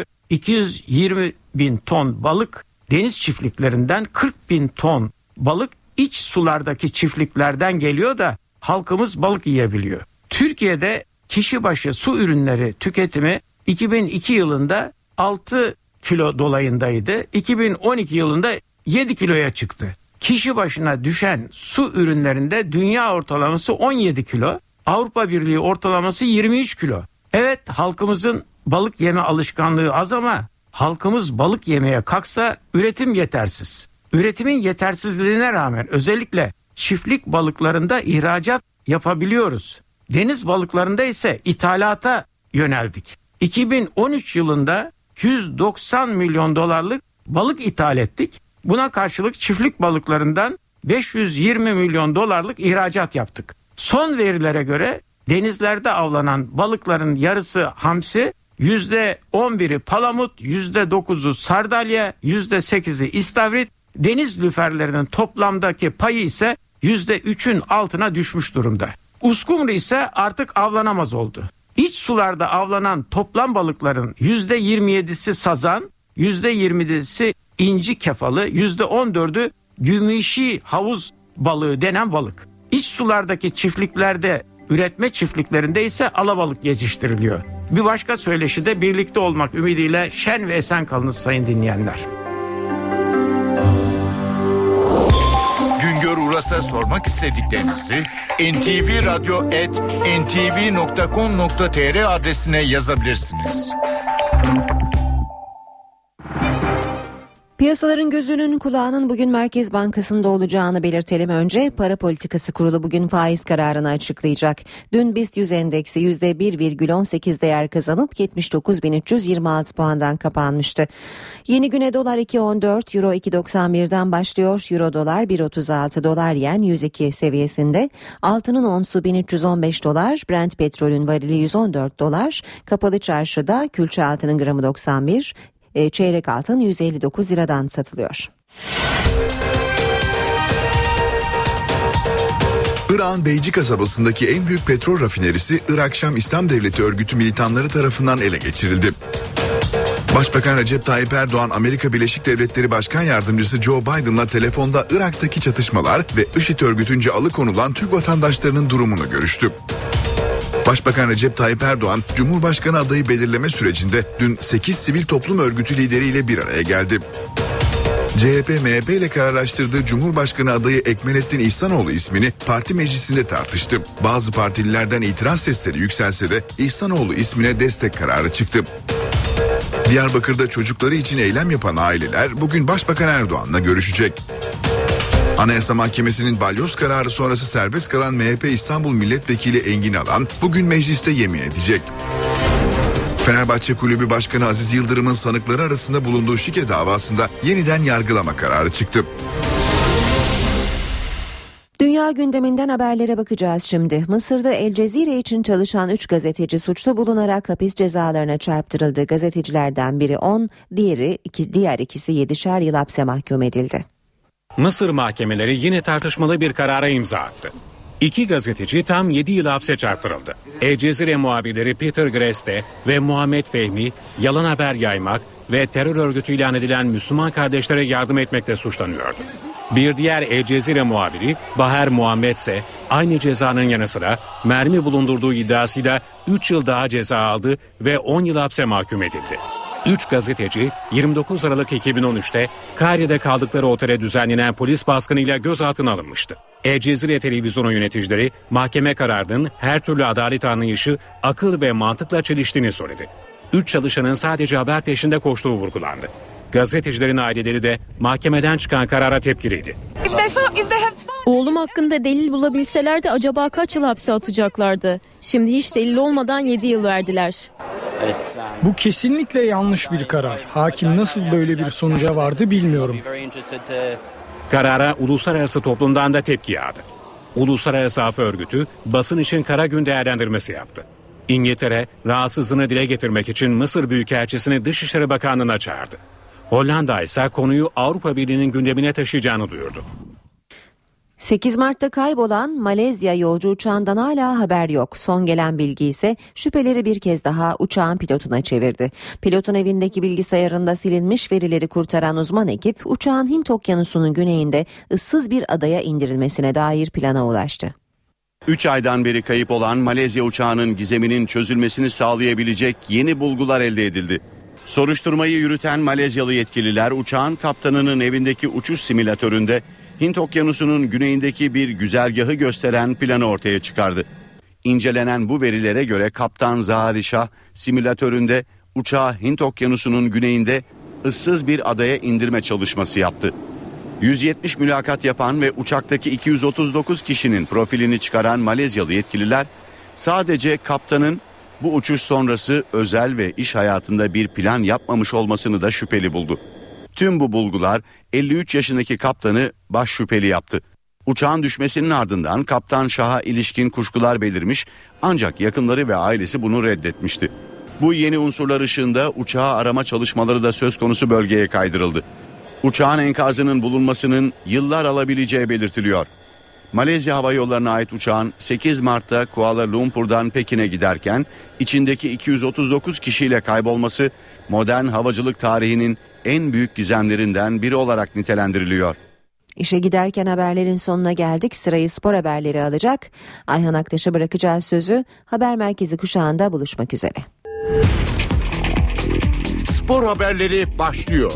220 bin ton balık deniz çiftliklerinden, 40 bin ton balık iç sulardaki çiftliklerden geliyor da halkımız balık yiyebiliyor. Türkiye'de kişi başı su ürünleri tüketimi 2002 yılında 6 kilo dolayındaydı. 2012 yılında 7 kiloya çıktı. Kişi başına düşen su ürünlerinde dünya ortalaması 17 kilo, Avrupa Birliği ortalaması 23 kilo. Evet, halkımızın balık yeme alışkanlığı az ama halkımız balık yemeye kalksa üretim yetersiz. Üretimin yetersizliğine rağmen özellikle çiftlik balıklarında ihracat yapabiliyoruz. Deniz balıklarında ise ithalata yöneldik. 2013 yılında 190 milyon dolarlık balık ithal ettik. Buna karşılık çiftlik balıklarından 520 milyon dolarlık ihracat yaptık. Son verilere göre denizlerde avlanan balıkların yarısı hamsi, %11'i palamut, %9'u sardalya, %8'i istavrit, deniz lüferlerinin toplamdaki payı ise %3'ün altına düşmüş durumda. Uskumru ise artık avlanamaz oldu. İç sularda avlanan toplam balıkların %27'si sazan, %20'si inci kefalı, %14'ü gümüşi havuz balığı denen balık. İç sulardaki çiftliklerde, üretme çiftliklerinde ise alabalık yetiştiriliyor. Bir başka söyleşide birlikte olmak ümidiyle şen ve esen kalınız sayın dinleyenler. Güngör Uras'a sormak istediklerinizi ntvradyo@ntv.com.tr adresine yazabilirsiniz. Piyasaların gözünün kulağının bugün Merkez Bankası'nda olacağını belirtelim önce. Para Politikası Kurulu bugün faiz kararını açıklayacak. Dün BIST 100 endeksi %1,18 değer kazanıp 79.326 puandan kapanmıştı. Yeni güne dolar 2.14, euro 2.91'den başlıyor. Euro dolar 1.36, dolar yen 102 seviyesinde. Altının onsu 1315 dolar, Brent petrolün varili 114 dolar. Kapalı çarşıda külçe altının gramı 91, çeyrek altın 159 liradan satılıyor. Irak'ın Beyci kasabasındaki en büyük petrol rafinerisi Irak-Şam İslam Devleti örgütü militanları tarafından ele geçirildi. Başbakan Recep Tayyip Erdoğan, Amerika Birleşik Devletleri Başkan Yardımcısı Joe Biden'la telefonda Irak'taki çatışmalar ve IŞİD örgütünce alıkonulan Türk vatandaşlarının durumunu görüştü. Başbakan Recep Tayyip Erdoğan, Cumhurbaşkanı adayı belirleme sürecinde dün 8 sivil toplum örgütü lideriyle bir araya geldi. CHP-MHP ile kararlaştırdığı Cumhurbaşkanı adayı Ekmelettin İhsanoğlu ismini parti meclisinde tartıştı. Bazı partililerden itiraz sesleri yükselse de İhsanoğlu ismine destek kararı çıktı. Diyarbakır'da çocukları için eylem yapan aileler bugün Başbakan Erdoğan'la görüşecek. Anayasa Mahkemesi'nin balyoz kararı sonrası serbest kalan MHP İstanbul Milletvekili Engin Alan bugün mecliste yemin edecek. Fenerbahçe Kulübü Başkanı Aziz Yıldırım'ın sanıkları arasında bulunduğu şike davasında yeniden yargılama kararı çıktı. Dünya gündeminden haberlere bakacağız şimdi. Mısır'da El Cezire için çalışan 3 gazeteci suçlu bulunarak hapis cezalarına çarptırıldı. Gazetecilerden biri 10, diğer ikisi 7'şer yıl hapse mahkum edildi. Mısır mahkemeleri yine tartışmalı bir karara imza attı. 2 gazeteci tam 7 yıl hapse çarptırıldı. El Cezire muhabirleri Peter Greste ve Muhammed Fehmi yalan haber yaymak ve terör örgütü ilan edilen Müslüman kardeşlere yardım etmekle suçlanıyordu. Bir diğer El Cezire muhabiri Baher Muhammed ise aynı cezanın yanı sıra mermi bulundurduğu iddiasıyla 3 yıl daha ceza aldı ve 10 yıl hapse mahkum edildi. 3 gazeteci 29 Aralık 2013'te Kahire'de kaldıkları otele düzenlenen polis baskınıyla gözaltına alınmıştı. El Cezire televizyonu yöneticileri mahkeme kararının her türlü adalet anlayışı, akıl ve mantıkla çeliştiğini söyledi. 3 çalışanın sadece haber peşinde koştuğu vurgulandı. Gazetecilerin aileleri de mahkemeden çıkan karara tepkiliydi. Oğlum hakkında delil bulabilselerdi acaba kaç yıl hapse atacaklardı? Şimdi hiç delil olmadan 7 yıl verdiler. Bu kesinlikle yanlış bir karar. Hakim nasıl böyle bir sonuca vardı bilmiyorum. Karara uluslararası toplumdan da tepki yağdı. Uluslararası Af Örgütü basın için kara gün değerlendirmesi yaptı. İngiltere rahatsızlığını dile getirmek için Mısır Büyükelçisini Dışişleri Bakanlığı'na çağırdı. Hollanda ise konuyu Avrupa Birliği'nin gündemine taşıyacağını duyurdu. 8 Mart'ta kaybolan Malezya yolcu uçağından hala haber yok. Son gelen bilgi ise şüpheleri bir kez daha uçağın pilotuna çevirdi. Pilotun evindeki bilgisayarında silinmiş verileri kurtaran uzman ekip uçağın Hint Okyanusu'nun güneyinde ıssız bir adaya indirilmesine dair plana ulaştı. 3 aydan beri kayıp olan Malezya uçağının gizeminin çözülmesini sağlayabilecek yeni bulgular elde edildi. Soruşturmayı yürüten Malezyalı yetkililer uçağın kaptanının evindeki uçuş simülatöründe Hint Okyanusu'nun güneyindeki bir güzergahı gösteren planı ortaya çıkardı. İncelenen bu verilere göre Kaptan Zahari Şah simülatöründe uçağı Hint Okyanusu'nun güneyinde ıssız bir adaya indirme çalışması yaptı. 170 mülakat yapan ve uçaktaki 239 kişinin profilini çıkaran Malezyalı yetkililer sadece kaptanın bu uçuş sonrası özel ve iş hayatında bir plan yapmamış olmasını da şüpheli buldu. Tüm bu bulgular 53 yaşındaki kaptanı baş şüpheli yaptı. Uçağın düşmesinin ardından Kaptan Şah'a ilişkin kuşkular belirmiş ancak yakınları ve ailesi bunu reddetmişti. Bu yeni unsurlar ışığında uçağı arama çalışmaları da söz konusu bölgeye kaydırıldı. Uçağın enkazının bulunmasının yıllar alabileceği belirtiliyor. Malezya Hava Yolları'na ait uçağın 8 Mart'ta Kuala Lumpur'dan Pekin'e giderken içindeki 239 kişiyle kaybolması modern havacılık tarihinin en büyük gizemlerinden biri olarak nitelendiriliyor. İşe giderken haberlerin sonuna geldik. Sırayı spor haberleri alacak. Ayhan Aktaş'a bırakacağız sözü. Haber Merkezi kuşağında buluşmak üzere. Spor haberleri başlıyor.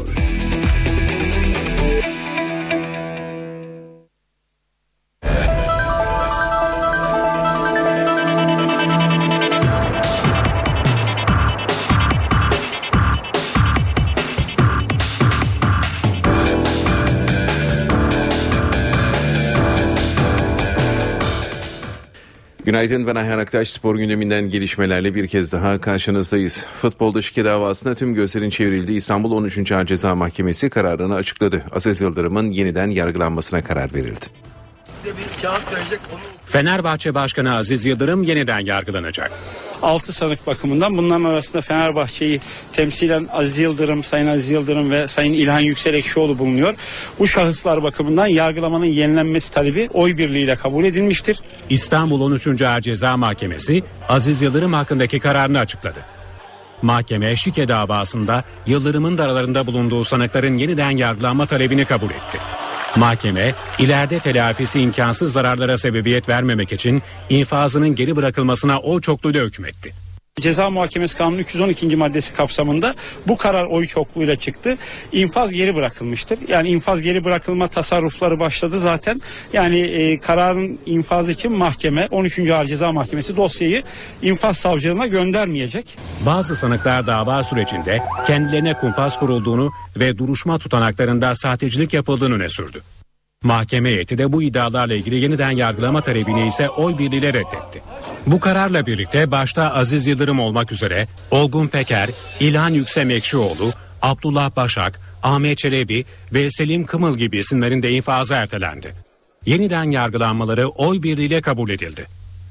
Günaydın, ben Ayhan Aktaş. Spor gündeminden gelişmelerle bir kez daha karşınızdayız. Futbolda şike davasına tüm gözlerin çevrildiği İstanbul 13. Ağır Ceza Mahkemesi kararını açıkladı. Aziz Yıldırım'ın yeniden yargılanmasına karar verildi. Size bir kağıt verecek, onu... Fenerbahçe Başkanı Aziz Yıldırım yeniden yargılanacak. 6 sanık bakımından bunların arasında Fenerbahçe'yi temsilen Aziz Yıldırım, Sayın Aziz Yıldırım ve Sayın İlhan Yükselekşioğlu bulunuyor. Bu şahıslar bakımından yargılamanın yenilenmesi talebi oy birliğiyle kabul edilmiştir. İstanbul 13. Ağır Ceza Mahkemesi Aziz Yıldırım hakkındaki kararını açıkladı. Mahkeme şike davasında Yıldırım'ın da aralarında bulunduğu sanıkların yeniden yargılanma talebini kabul etti. Mahkeme, ileride telafisi imkansız zararlara sebebiyet vermemek için infazının geri bırakılmasına oy çokluğuyla hükmetti. Ceza Muhakemesi Kanunu 312. maddesi kapsamında bu karar oy çokluğuyla çıktı. İnfaz geri bırakılmıştır. Yani infaz geri bırakılma tasarrufları başladı zaten. Yani kararın infazı için mahkeme 13. Ağır Ceza Mahkemesi dosyayı infaz savcılığına göndermeyecek. Bazı sanıklar dava sürecinde kendilerine kumpas kurulduğunu ve duruşma tutanaklarında sahtecilik yapıldığını öne sürdü. Mahkeme heyeti de bu iddialarla ilgili yeniden yargılama talebini ise oy birliğiyle reddetti. Bu kararla birlikte başta Aziz Yıldırım olmak üzere Olgun Peker, İlhan Yükselekşioğlu, Abdullah Başak, Ahmet Çelebi ve Selim Kımıl gibi isimlerin de infazı ertelendi. Yeniden yargılanmaları oy birliğiyle kabul edildi.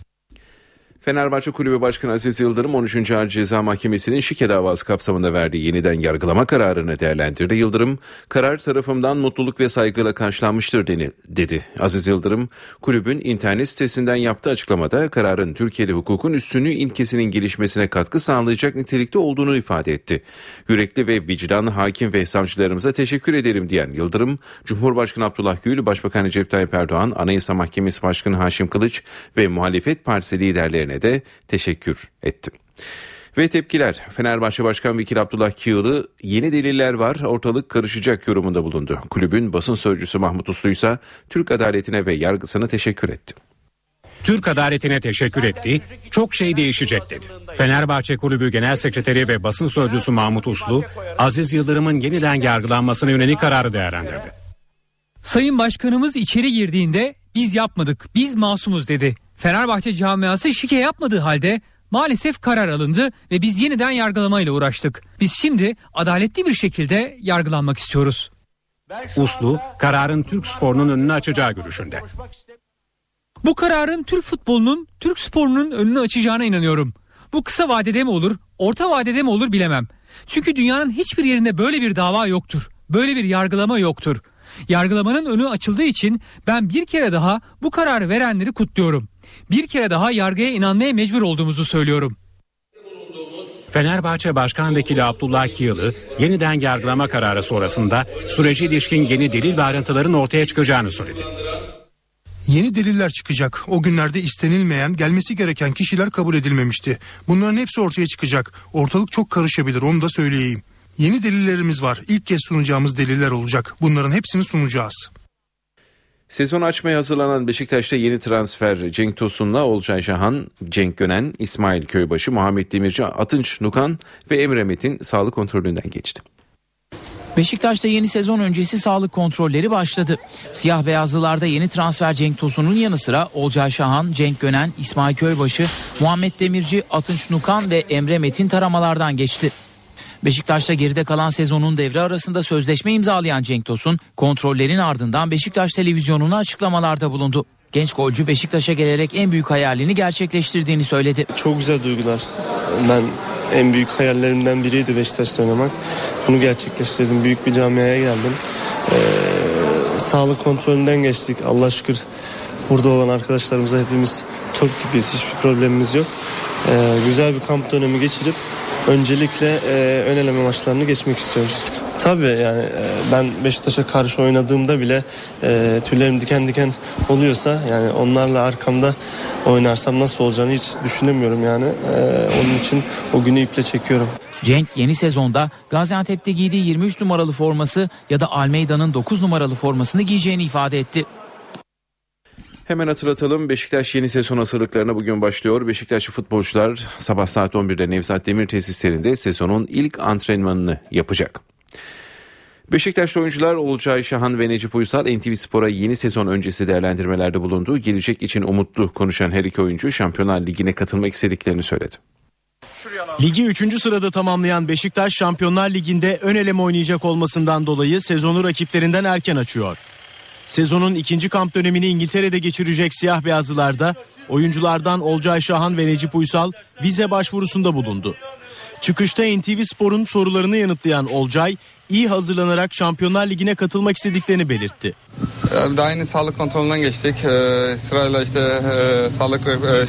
Fenerbahçe Kulübü Başkanı Aziz Yıldırım 13. Ağır Ceza Mahkemesi'nin şike davası kapsamında verdiği yeniden yargılama kararını değerlendirdi. Yıldırım, karar tarafımdan mutluluk ve saygıyla karşılanmıştır dedi. Aziz Yıldırım, kulübün internet sitesinden yaptığı açıklamada kararın Türkiye'de hukukun üstünlüğü ilkesinin gelişmesine katkı sağlayacak nitelikte olduğunu ifade etti. Yürekli ve vicdanlı hakim ve savcılarımıza teşekkür ederim diyen Yıldırım, Cumhurbaşkanı Abdullah Gül, Başbakan Recep Tayyip Erdoğan, Anayasa Mahkemesi Başkanı Haşim Kılıç ve muhalefet partisi liderlerine de teşekkür etti. Ve tepkiler. Fenerbahçe Başkan Vekili Abdullah Kiyılı yeni deliller var, ortalık karışacak yorumunda bulundu. Kulübün basın sözcüsü Mahmut Uslu ise Türk adaletine ve yargısına teşekkür etti. Türk adaletine teşekkür etti, çok şey değişecek dedi. Fenerbahçe Kulübü Genel Sekreteri ve basın sözcüsü Mahmut Uslu, Aziz Yıldırım'ın yeniden yargılanmasına yönelik kararı değerlendirdi. Sayın Başkanımız içeri girdiğinde biz yapmadık, biz masumuz dedi. Fenerbahçe camiası şike yapmadığı halde maalesef karar alındı ve biz yeniden yargılamayla uğraştık. Biz şimdi adaletli bir şekilde yargılanmak istiyoruz. Uslu, kararın Türk sporunun önünü açacağı görüşünde. Bu kararın Türk futbolunun, Türk sporunun önünü açacağına inanıyorum. Bu kısa vadede mi olur, orta vadede mi olur bilemem. Çünkü dünyanın hiçbir yerinde böyle bir dava yoktur. Böyle bir yargılama yoktur. Yargılamanın önü açıldığı için ben bir kere daha bu kararı verenleri kutluyorum. Bir kere daha yargıya inanmaya mecbur olduğumuzu söylüyorum. Fenerbahçe Başkan Vekili Abdullah Kiyalı, yeniden yargılama kararı sonrasında sürece ilişkin yeni delil ve ayrıntıların ortaya çıkacağını söyledi. Yeni deliller çıkacak. O günlerde istenilmeyen, gelmesi gereken kişiler kabul edilmemişti. Bunların hepsi ortaya çıkacak. Ortalık çok karışabilir, onu da söyleyeyim. Yeni delillerimiz var. İlk kez sunacağımız deliller olacak. Bunların hepsini sunacağız. Sezon açmaya hazırlanan Beşiktaş'ta yeni transfer Cenk Tosun'la Olcay Şahan, Cenk Gönen, İsmail Köybaşı, Muhammed Demirci, Atınç Nukan ve Emre Metin sağlık kontrolünden geçti. Beşiktaş'ta yeni sezon öncesi sağlık kontrolleri başladı. Siyah beyazlılarda yeni transfer Cenk Tosun'un yanı sıra Olcay Şahan, Cenk Gönen, İsmail Köybaşı, Muhammed Demirci, Atınç Nukan ve Emre Metin taramalardan geçti. Beşiktaş'ta geride kalan sezonun devre arasında sözleşme imzalayan Cenk Tosun, kontrollerin ardından Beşiktaş televizyonuna açıklamalarda bulundu. Genç golcü Beşiktaş'a gelerek en büyük hayalini gerçekleştirdiğini söyledi. Çok güzel duygular. Ben en büyük hayallerimden biriydi Beşiktaş'ta oynamak. Bunu gerçekleştirdim. Büyük bir camiaya geldim. Sağlık kontrolünden geçtik. Allah şükür burada olan arkadaşlarımıza hepimiz top gibiyiz. Hiçbir problemimiz yok. Güzel bir kamp dönemi geçirip öncelikle ön eleme maçlarını geçmek istiyoruz. Tabii yani ben Beşiktaş'a karşı oynadığımda bile tüylerim diken diken oluyorsa yani onlarla arkamda oynarsam nasıl olacağını hiç düşünemiyorum yani. Onun için o günü iple çekiyorum. Cenk yeni sezonda Gaziantep'te giydiği 23 numaralı forması ya da Almeida'nın 9 numaralı formasını giyeceğini ifade etti. Hemen hatırlatalım, Beşiktaş yeni sezon hazırlıklarına bugün başlıyor. Beşiktaşlı futbolcular sabah saat 11'de Nevzat Demir tesislerinde sezonun ilk antrenmanını yapacak. Beşiktaşlı oyuncular Olcay Şahan ve Necip Uysal NTV Spor'a yeni sezon öncesi değerlendirmelerde bulundu. Gelecek için umutlu konuşan her iki oyuncu Şampiyonlar Ligi'ne katılmak istediklerini söyledi. Ligi 3. sırada tamamlayan Beşiktaş Şampiyonlar Ligi'nde ön eleme oynayacak olmasından dolayı sezonu rakiplerinden erken açıyor. Sezonun ikinci kamp dönemini İngiltere'de geçirecek siyah beyazlılarda oyunculardan Olcay Şahan ve Necip Uysal vize başvurusunda bulundu. Çıkışta NTV Spor'un sorularını yanıtlayan Olcay, iyi hazırlanarak Şampiyonlar Ligi'ne katılmak istediklerini belirtti. Daha yeni sağlık kontrolünden geçtik. Sırayla işte sağlık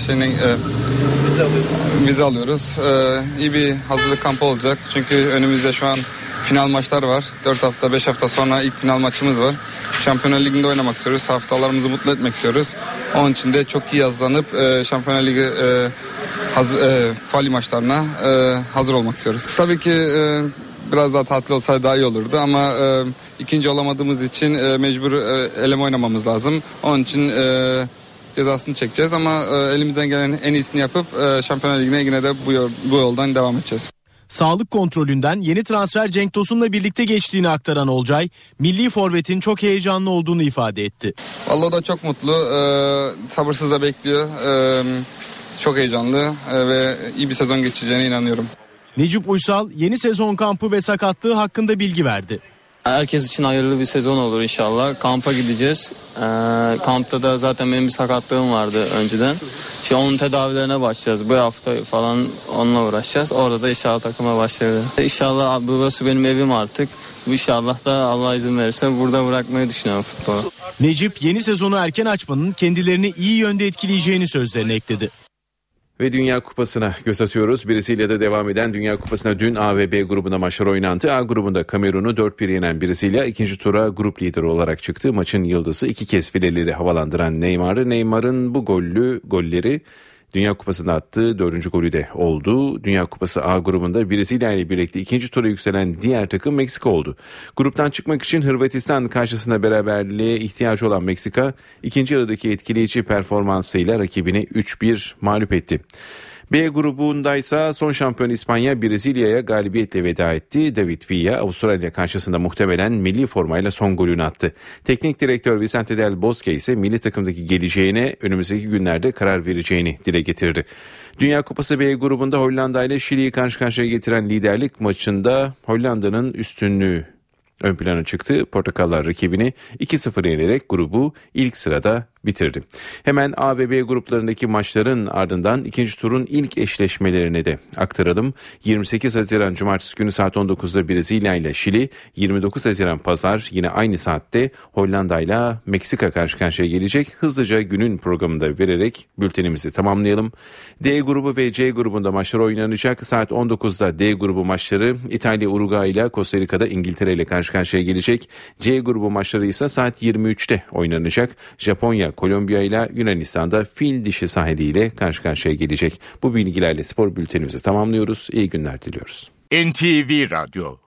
vize alıyoruz. İyi bir hazırlık kampı olacak. Çünkü önümüzde şu an final maçlar var. 4 hafta 5 hafta sonra ilk final maçımız var. Şampiyonlar Ligi'nde oynamak istiyoruz. Haftalarımızı mutlu etmek istiyoruz. Onun için de çok iyi hazırlanıp Şampiyonlar Ligi quali maçlarına hazır olmak istiyoruz. Tabii ki biraz daha tatil olsaydı daha iyi olurdu ama ikinci olamadığımız için mecbur eleme oynamamız lazım. Onun için cezasını çekeceğiz ama elimizden gelen en iyisini yapıp Şampiyonlar Ligi'ne yine de bu yoldan devam edeceğiz. Sağlık kontrolünden yeni transfer Cenk Tosun'la birlikte geçtiğini aktaran Olcay, milli forvetin çok heyecanlı olduğunu ifade etti. Vallahi o da çok mutlu, sabırsızla bekliyor, çok heyecanlı ve iyi bir sezon geçeceğine inanıyorum. Necip Uysal yeni sezon kampı ve sakatlığı hakkında bilgi verdi. Herkes için hayırlı bir sezon olur inşallah. Kampa gideceğiz. Kampta da zaten benim bir sakatlığım vardı önceden. Şimdi onun tedavilerine başlayacağız. Bu hafta falan onunla uğraşacağız. Orada da inşallah takıma başlayabilirim. İnşallah burası benim evim artık. İnşallah da Allah izin verirse burada bırakmayı düşünüyorum futbolu. Necip yeni sezonu erken açmanın kendilerini iyi yönde etkileyeceğini sözlerine ekledi. Ve Dünya Kupası'na göz atıyoruz. Brezilya'da devam eden Dünya Kupası'na dün A ve B grubunda maçlar oynandı. A grubunda Kamerun'u 4-1 yenen Brezilya ikinci tura grup lideri olarak çıktı. Maçın yıldızı 2 kez fileleri havalandıran Neymar'ın bu golleri Dünya Kupası'nda attığı 4. golü de oldu. Dünya Kupası A grubunda Brezilya ile birlikte ikinci tura yükselen diğer takım Meksika oldu. Gruptan çıkmak için Hırvatistan karşısında beraberliğe ihtiyacı olan Meksika, ikinci yarıdaki etkileyici performansıyla rakibini 3-1 mağlup etti. B grubundaysa son şampiyon İspanya Brezilya'ya galibiyetle veda etti. David Villa Avustralya karşısında muhtemelen milli formayla son golünü attı. Teknik direktör Vicente Del Bosque ise milli takımdaki geleceğine önümüzdeki günlerde karar vereceğini dile getirdi. Dünya Kupası B grubunda Hollanda ile Şili'yi karşı karşıya getiren liderlik maçında Hollanda'nın üstünlüğü ön plana çıktı. Portakallar rakibini 2-0 yenerek grubu ilk sırada bitirdi. Hemen A ve B gruplarındaki maçların ardından ikinci turun ilk eşleşmelerine de aktaralım. 28 Haziran Cumartesi günü saat 19'da Brezilya ile Şili, 29 Haziran Pazar yine aynı saatte Hollanda ile Meksika karşı karşıya gelecek. Hızlıca günün programında vererek bültenimizi tamamlayalım. D grubu ve C grubunda maçlar oynanacak. Saat 19'da D grubu maçları İtalya, Uruguay ile Costa Rica'da İngiltere ile karşı karşıya gelecek. C grubu maçları ise saat 23'te oynanacak. Japonya, Kolombiya ile Yunanistan'da fil dişi sahiliyle karşı karşıya gelecek. Bu bilgilerle spor bültenimizi tamamlıyoruz. İyi günler diliyoruz. NTV Radyo